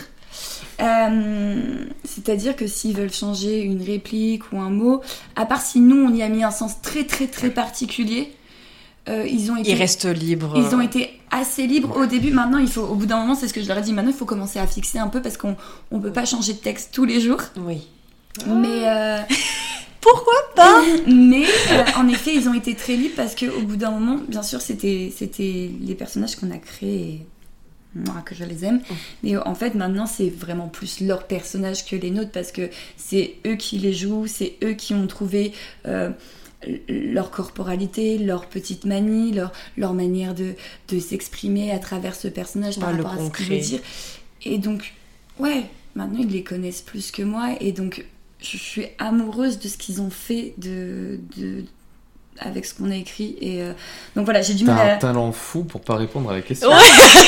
Euh, c'est-à-dire que s'ils veulent changer une réplique ou un mot, à part si nous on y a mis un sens très très très particulier, euh, ils ont été. Ils restent libres. Ils ont été assez libres au début. Maintenant, il faut, au bout d'un moment, c'est ce que je leur ai dit. Maintenant, il faut commencer à fixer un peu parce qu'on on peut pas changer de texte tous les jours. Oui. Mais euh, Pourquoi pas? mais euh, en effet, ils ont été très libres parce que au bout d'un moment, bien sûr, c'était c'était les personnages qu'on a créés. Et moi, que je les aime. Mais en fait, maintenant, c'est vraiment plus leurs personnages que les nôtres parce que c'est eux qui les jouent, c'est eux qui ont trouvé euh, leur corporalité, leur petite manie, leur, leur manière de, de s'exprimer à travers ce personnage par Ouais, le rapport à ce qu'il concret. veut dire. Et donc, ouais, maintenant, ils les connaissent plus que moi. Et donc, je suis amoureuse de ce qu'ils ont fait de... de avec ce qu'on a écrit et euh, donc voilà, j'ai du mal T'as à un talent fou pour pas répondre à la question. Ouais.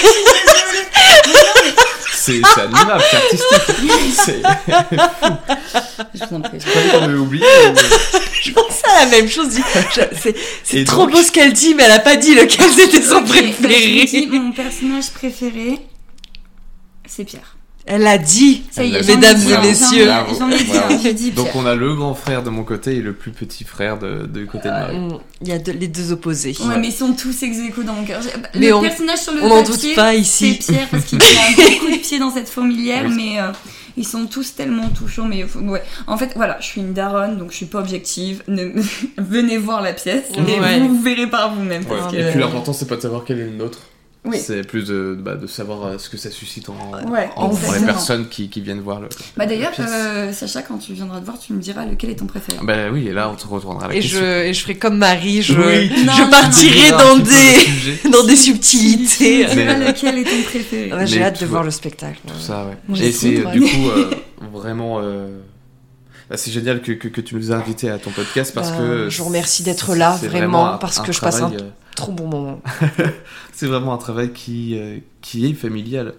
C'est, c'est admirable, c'est artistique. C'est je vous en prie. pas qu'on avait oublié. ou- Je pense à la même chose. dis- je- C'est, c'est Et trop donc- beau ce qu'elle dit, mais elle a pas dit lequel c'était son Ok, bah, je vous préféré. dis, mon personnage préféré, c'est Pierre. Elle a dit, Ça y est, Elle j'en ai mesdames dit, et hein, messieurs. j'en ai- J'en ai dit, Bravo. hein, j'ai dit Donc Pierre. on a le grand frère de mon côté et le plus petit frère de, de côté de Marie. Mm, il y a de- les deux opposés. Ouais, mais ils sont tous ex aequo dans mon cœur. J'ai- Mais le on- personnage sur le On n'en papier, doute pas c'est ici. Pierre parce qu'il a un gros coup de pied dans cette fourmilière, Oui. mais euh, ils sont tous tellement touchants. Mais faut- ouais. En fait, voilà, je suis une daronne, donc je suis pas objective. Ne- Venez voir la pièce et Ouais. vous verrez par vous-même. Ouais. Parce Ah, que... Et puis l'important c'est pas de savoir quel est le nôtre. Oui. C'est plus de, bah, de savoir euh, ce que ça suscite en, Ouais, en- pour les exactement. personnes qui, qui viennent voir le. Bah d'ailleurs, la pièce. euh, Sacha, quand tu viendras te voir, tu me diras lequel est ton préféré. Bah oui, et là on te retournera à la Et question. je, et je ferai comme Marie, je, Oui. je Non, non, partirai non. dans Un petit peu des, le sujet. dans des Tu subtilités. me diras Mais- lequel est ton préféré. Ouais, j'ai Mais hâte de tout- voir le spectacle. Tout ça, ouais. Moi, Et j'ai c'est trop du hâte. coup euh, vraiment. euh, bah, c'est génial que, que, que tu nous as invités à ton podcast parce Bah, que. je vous remercie d'être là, c'est vraiment, un- parce un que je passe un- travail, euh, Trop bon moment. C'est vraiment un travail qui, euh, qui est familial.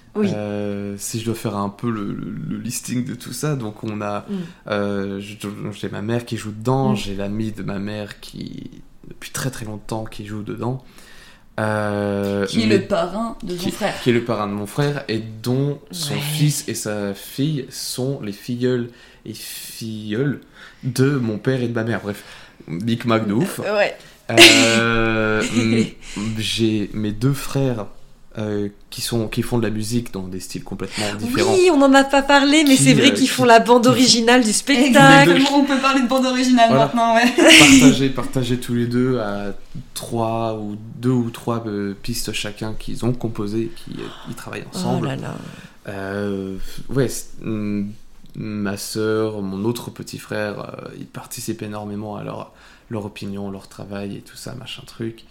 Oui. Euh, si je dois faire un peu le, le, le listing de tout ça, donc on a, Mm. euh, je- j'ai ma mère qui joue dedans, Mm. j'ai l'ami de ma mère qui depuis très très longtemps qui joue dedans, euh, Qui est mais- le parrain de son qui, frère. qui est le parrain de mon frère et dont son Ouais. fils et sa fille sont les filleuls et filleuls de mon père et de ma mère. Bref, Big Mac de ouf. Ouais. Euh, m- j'ai mes deux frères euh, qui, sont, qui font de la musique dans des styles complètement différents. Oui, on n'en a pas parlé, mais Qui, c'est vrai euh, qu'ils qui- font la bande originale du spectacle. Exactement, on peut parler de bande originale Voilà. maintenant, ouais. Partagés, partagés tous les deux à trois ou deux ou trois euh, pistes chacun qu'ils ont composées et qui euh, ils travaillent Oh ensemble. là là. Euh, ouais, c'est- mm, ma sœur, mon autre petit frère, euh, ils participent énormément à leur, leur opinion, leur travail et tout ça, machin truc.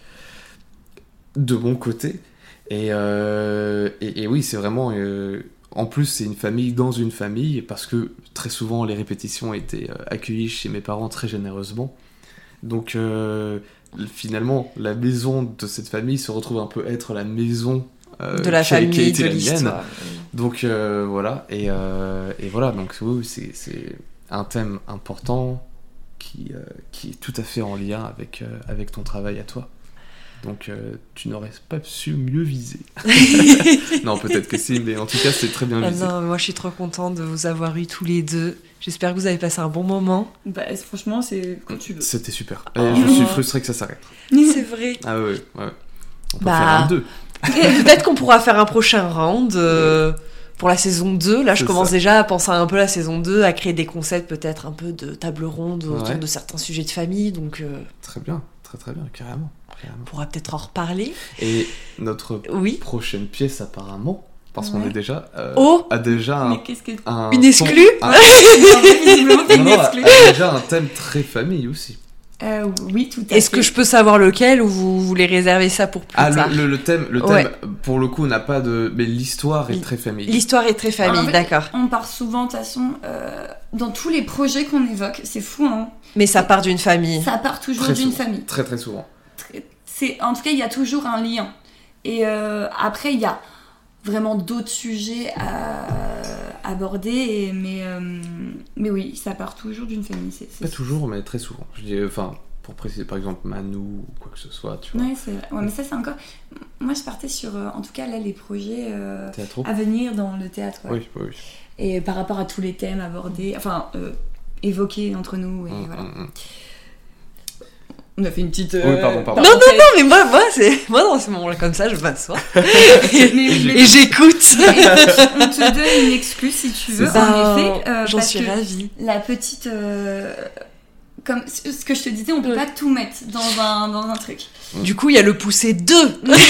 De mon côté. Et, euh, et, et oui, c'est vraiment... euh, en plus, c'est une famille dans une famille, parce que très souvent, les répétitions étaient euh, accueillies chez mes parents très généreusement. Donc, euh, finalement, la maison de cette famille se retrouve un peu être la maison euh, De la qui a- qui a famille, été de la mienne. l'histoire. Donc euh, voilà, et, euh, et voilà, donc oui, c'est, c'est un thème important qui, euh, qui est tout à fait en lien avec, euh, avec ton travail à toi. Donc euh, tu n'aurais pas su mieux viser. Non, peut-être que si, mais en tout cas, c'est très bien Ah visé. non, moi je suis trop contente de vous avoir eu tous les deux. J'espère que vous avez passé un bon moment. Bah, franchement, c'est quand tu veux. C'était super. Et Oh. je suis frustré que ça s'arrête. C'est vrai. Ah ouais, ouais. ouais. On peut Bah. faire un deux. Et peut-être qu'on pourra faire un prochain round euh, pour la saison deux. Là, je C'est commence ça. déjà à penser un peu à la saison deux, à créer des concepts, peut-être un peu de table ronde autour Ouais. de certains sujets de famille. Donc, euh, Très bien, très très bien, carrément. carrément. on pourra peut-être en reparler. Et notre Oui. prochaine pièce, apparemment, parce qu'on Ouais. est déjà... euh, Oh a déjà un... Mais qu'est-ce que. un Une ton- exclue un- Visiblement, t'es Non, une non, exclue. elle a déjà un thème très famille aussi. Euh, oui, tout à Est-ce fait. que je peux savoir lequel ou vous voulez réserver ça pour plus Ah, tard le, le, le thème, le thème Ouais. pour le coup, n'a pas de. Mais l'histoire est L- très famille. L'histoire est très famille, En fait, d'accord. On part souvent, de toute façon, euh, dans tous les projets qu'on évoque, c'est fou, hein. Mais ça part d'une famille. Ça part toujours Très d'une souvent. famille. Très très souvent. Très- C'est, en tout cas, il y a toujours un lien. Et euh, après, il y a vraiment d'autres sujets à aborder, et- mais, euh, mais oui, ça part toujours d'une famille. C'est, c'est Pas toujours, mais très souvent. Je dis, enfin, pour préciser par exemple Manu ou quoi que ce soit, tu vois. Ouais, c'est vrai. Ouais, mais ça, c'est encore. Moi, je partais sur, euh, en tout cas, là, les projets euh, Théâtre. à venir dans le théâtre. Ouais. Oui, oui, oui. Et par rapport à tous les thèmes abordés, enfin, euh, évoqués entre nous, et Hum, voilà. hum, hum. On a fait une petite. Oui, pardon, pardon. Non, non, non, mais moi, moi, c'est... moi dans ce moment-là, comme ça, je m'assois. Mais- Et j'écoute. On te donne une excuse si tu veux, C'est ça. en effet. euh, J'en parce suis que ravie. La petite. euh, Comme ce ce que je te disais, on peut Ouais. pas tout mettre dans un, dans un truc. Du coup, il y a le poussé deux. Non,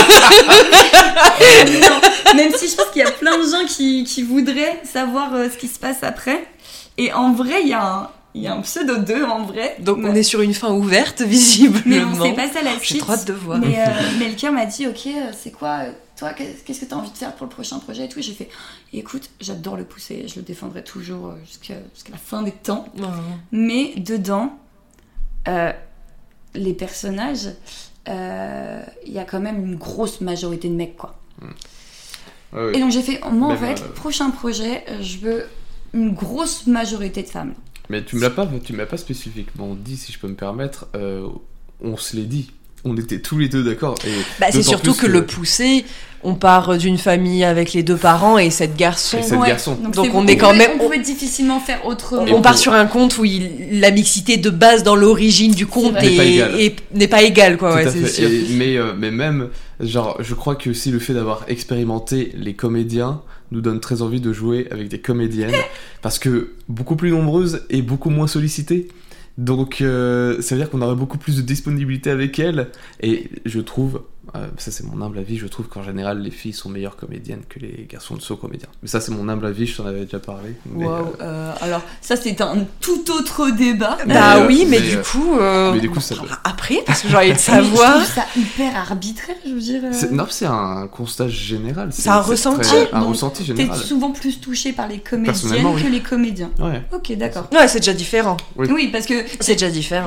même si je pense qu'il y a plein de gens qui, qui voudraient savoir euh, ce qui se passe après. Et en vrai, il y a un, il y a un pseudo deux en vrai. Donc on Mais- est sur une fin ouverte, Mais visiblement. on s'est passé à la J'ai suite. trop hâte de voir. Mais euh, Melchior m'a dit, ok, euh, c'est quoi, euh, toi, qu'est- qu'est-ce que tu as envie de faire pour le prochain projet et tout. J'ai fait, écoute, j'adore le pousser, je le défendrai toujours euh, jusqu'à jusqu'à la fin des temps. Non. Mais dedans, euh, les personnages, euh, il y a quand même une grosse majorité de mecs, quoi. Ouais, ouais. Et donc j'ai fait, moi en Même, fait, euh, prochain projet, euh, je veux une grosse majorité de femmes. Mais tu me l'as pas, tu me l'as pas spécifiquement dit, si je peux me permettre. euh, on se l'est dit. On était tous les deux d'accord. Et Bah, c'est d'autant surtout plus que, le poussé, on part d'une famille avec les deux parents et sept garçons. Et sept garçons. Donc, Donc c'est- on est quand pouvait- même- On pouvait difficilement faire autrement. On part sur un conte où il- la mixité de base dans l'origine du conte vrai. N'est pas est- égale. est- n'est pas égale, quoi. Tout Ouais, à c'est fait. sûr. Et- mais, euh, mais même, genre, je crois que aussi le fait d'avoir expérimenté les comédiens nous donne très envie de jouer avec des comédiennes parce que beaucoup plus nombreuses et beaucoup moins sollicitées. Donc, euh, ça veut dire qu'on aurait beaucoup plus de disponibilité avec elles. Et je trouve, euh, ça c'est mon humble avis, je trouve qu'en général les filles sont meilleures comédiennes que les garçons ne sont comédiens. Mais ça c'est mon humble avis, je t'en avais déjà parlé. Mais, Waouh, euh, euh, alors ça c'est un tout autre débat. Bah euh, oui, mais, mais, du euh, coup. euh, mais du coup, on ça en doit- parlera après, parce que j'ai envie de Mais savoir. Je trouve ça hyper arbitraire, je veux dire. euh, c'est- non, c'est un constat général. C'est un c'est ressenti. très- un Donc, ressenti T'es général. souvent plus touché par les comédiennes Personnellement, oui. que les comédiens. Ouais. Ok, d'accord. Ouais, c'est déjà différent. Oui. Oui, parce que C'est déjà différent.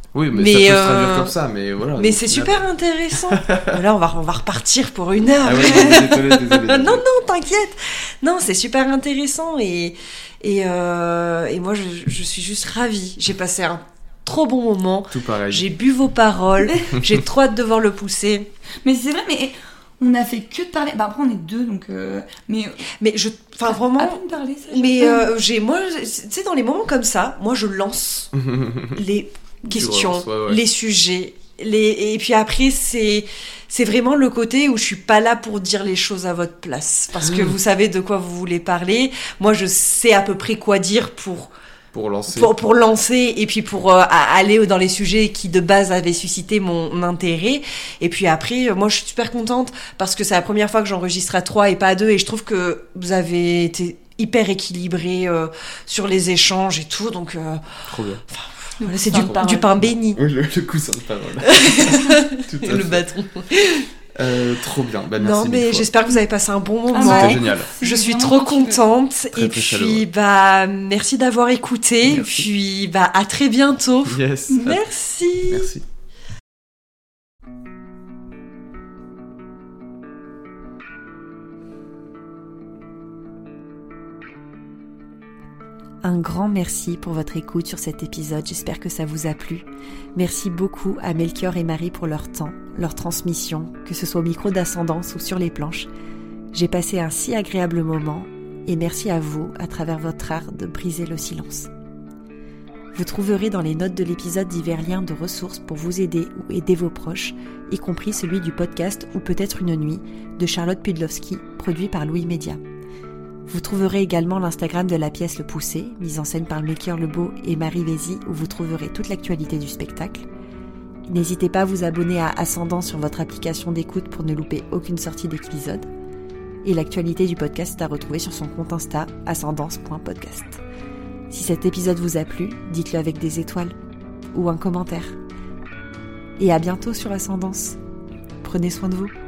Oui, mais, Mais, ça peut euh, se traduire comme ça, mais voilà. Mais au c'est final- super intéressant. Là, on va, on va repartir pour une heure. Ah ouais, désolé, désolé. désolé. non, non, t'inquiète. Non, c'est super intéressant et, et, euh, et moi, je, je suis juste ravie. J'ai passé un trop bon moment. Tout pareil. J'ai bu vos paroles. J'ai trop hâte de voir le pousser. Mais c'est vrai, mais on a fait que de parler. Bah après, on est deux, donc. Euh... Mais. Mais je, enfin À vraiment. peine parler, ça. Mais euh, j'ai, moi, tu sais, dans les moments comme ça, moi, je lance les questions, relances, ouais, ouais. les sujets, les et puis après, c'est c'est vraiment le côté où je suis pas là pour dire les choses à votre place, parce que Mmh. vous savez de quoi vous voulez parler. Moi, je sais à peu près quoi dire pour Pour lancer. pour, pour lancer et puis pour euh, à- aller dans les sujets qui de base avaient suscité mon intérêt. Et puis après, euh, moi, je suis super contente parce que c'est la première fois que j'enregistre à trois et pas à deux, et je trouve que vous avez été hyper équilibré euh, sur les échanges et tout, donc euh, Trop bien. voilà, c'est Coussin du, de parole. du pain béni. Oui, le, le coussin de parole. Tout à Le fait. bâton. Euh, trop bien. Bah, merci Non, mille mais fois. j'espère que vous avez passé un bon Ah moment. ouais. C'était génial. Je suis Vraiment, trop quand tu veux. contente. Très, et très puis, chaleureux. bah, merci d'avoir écouté. Merci. Puis, bah, à très bientôt. Yes. Merci. Merci. Un grand merci pour votre écoute sur cet épisode, j'espère que ça vous a plu. Merci beaucoup à Melchior et Marie pour leur temps, leur transmission, que ce soit au micro d'Ascendance ou sur les planches. J'ai passé un si agréable moment et merci à vous, à travers votre art, de briser le silence. Vous trouverez dans les notes de l'épisode divers liens de ressources pour vous aider ou aider vos proches, y compris celui du podcast Ou peut-être une nuit de Charlotte Pudlowski, produit par Louis Média. Vous trouverez également l'Instagram de la pièce Le Poussé, mise en scène par Melchior Lebeau et Marie Vézy, où vous trouverez toute l'actualité du spectacle. N'hésitez pas à vous abonner à Ascendant sur votre application d'écoute pour ne louper aucune sortie d'épisode. Et l'actualité du podcast est à retrouver sur son compte Insta, ascendance point podcast. Si cet épisode vous a plu, dites-le avec des étoiles ou un commentaire. Et à bientôt sur Ascendance. Prenez soin de vous.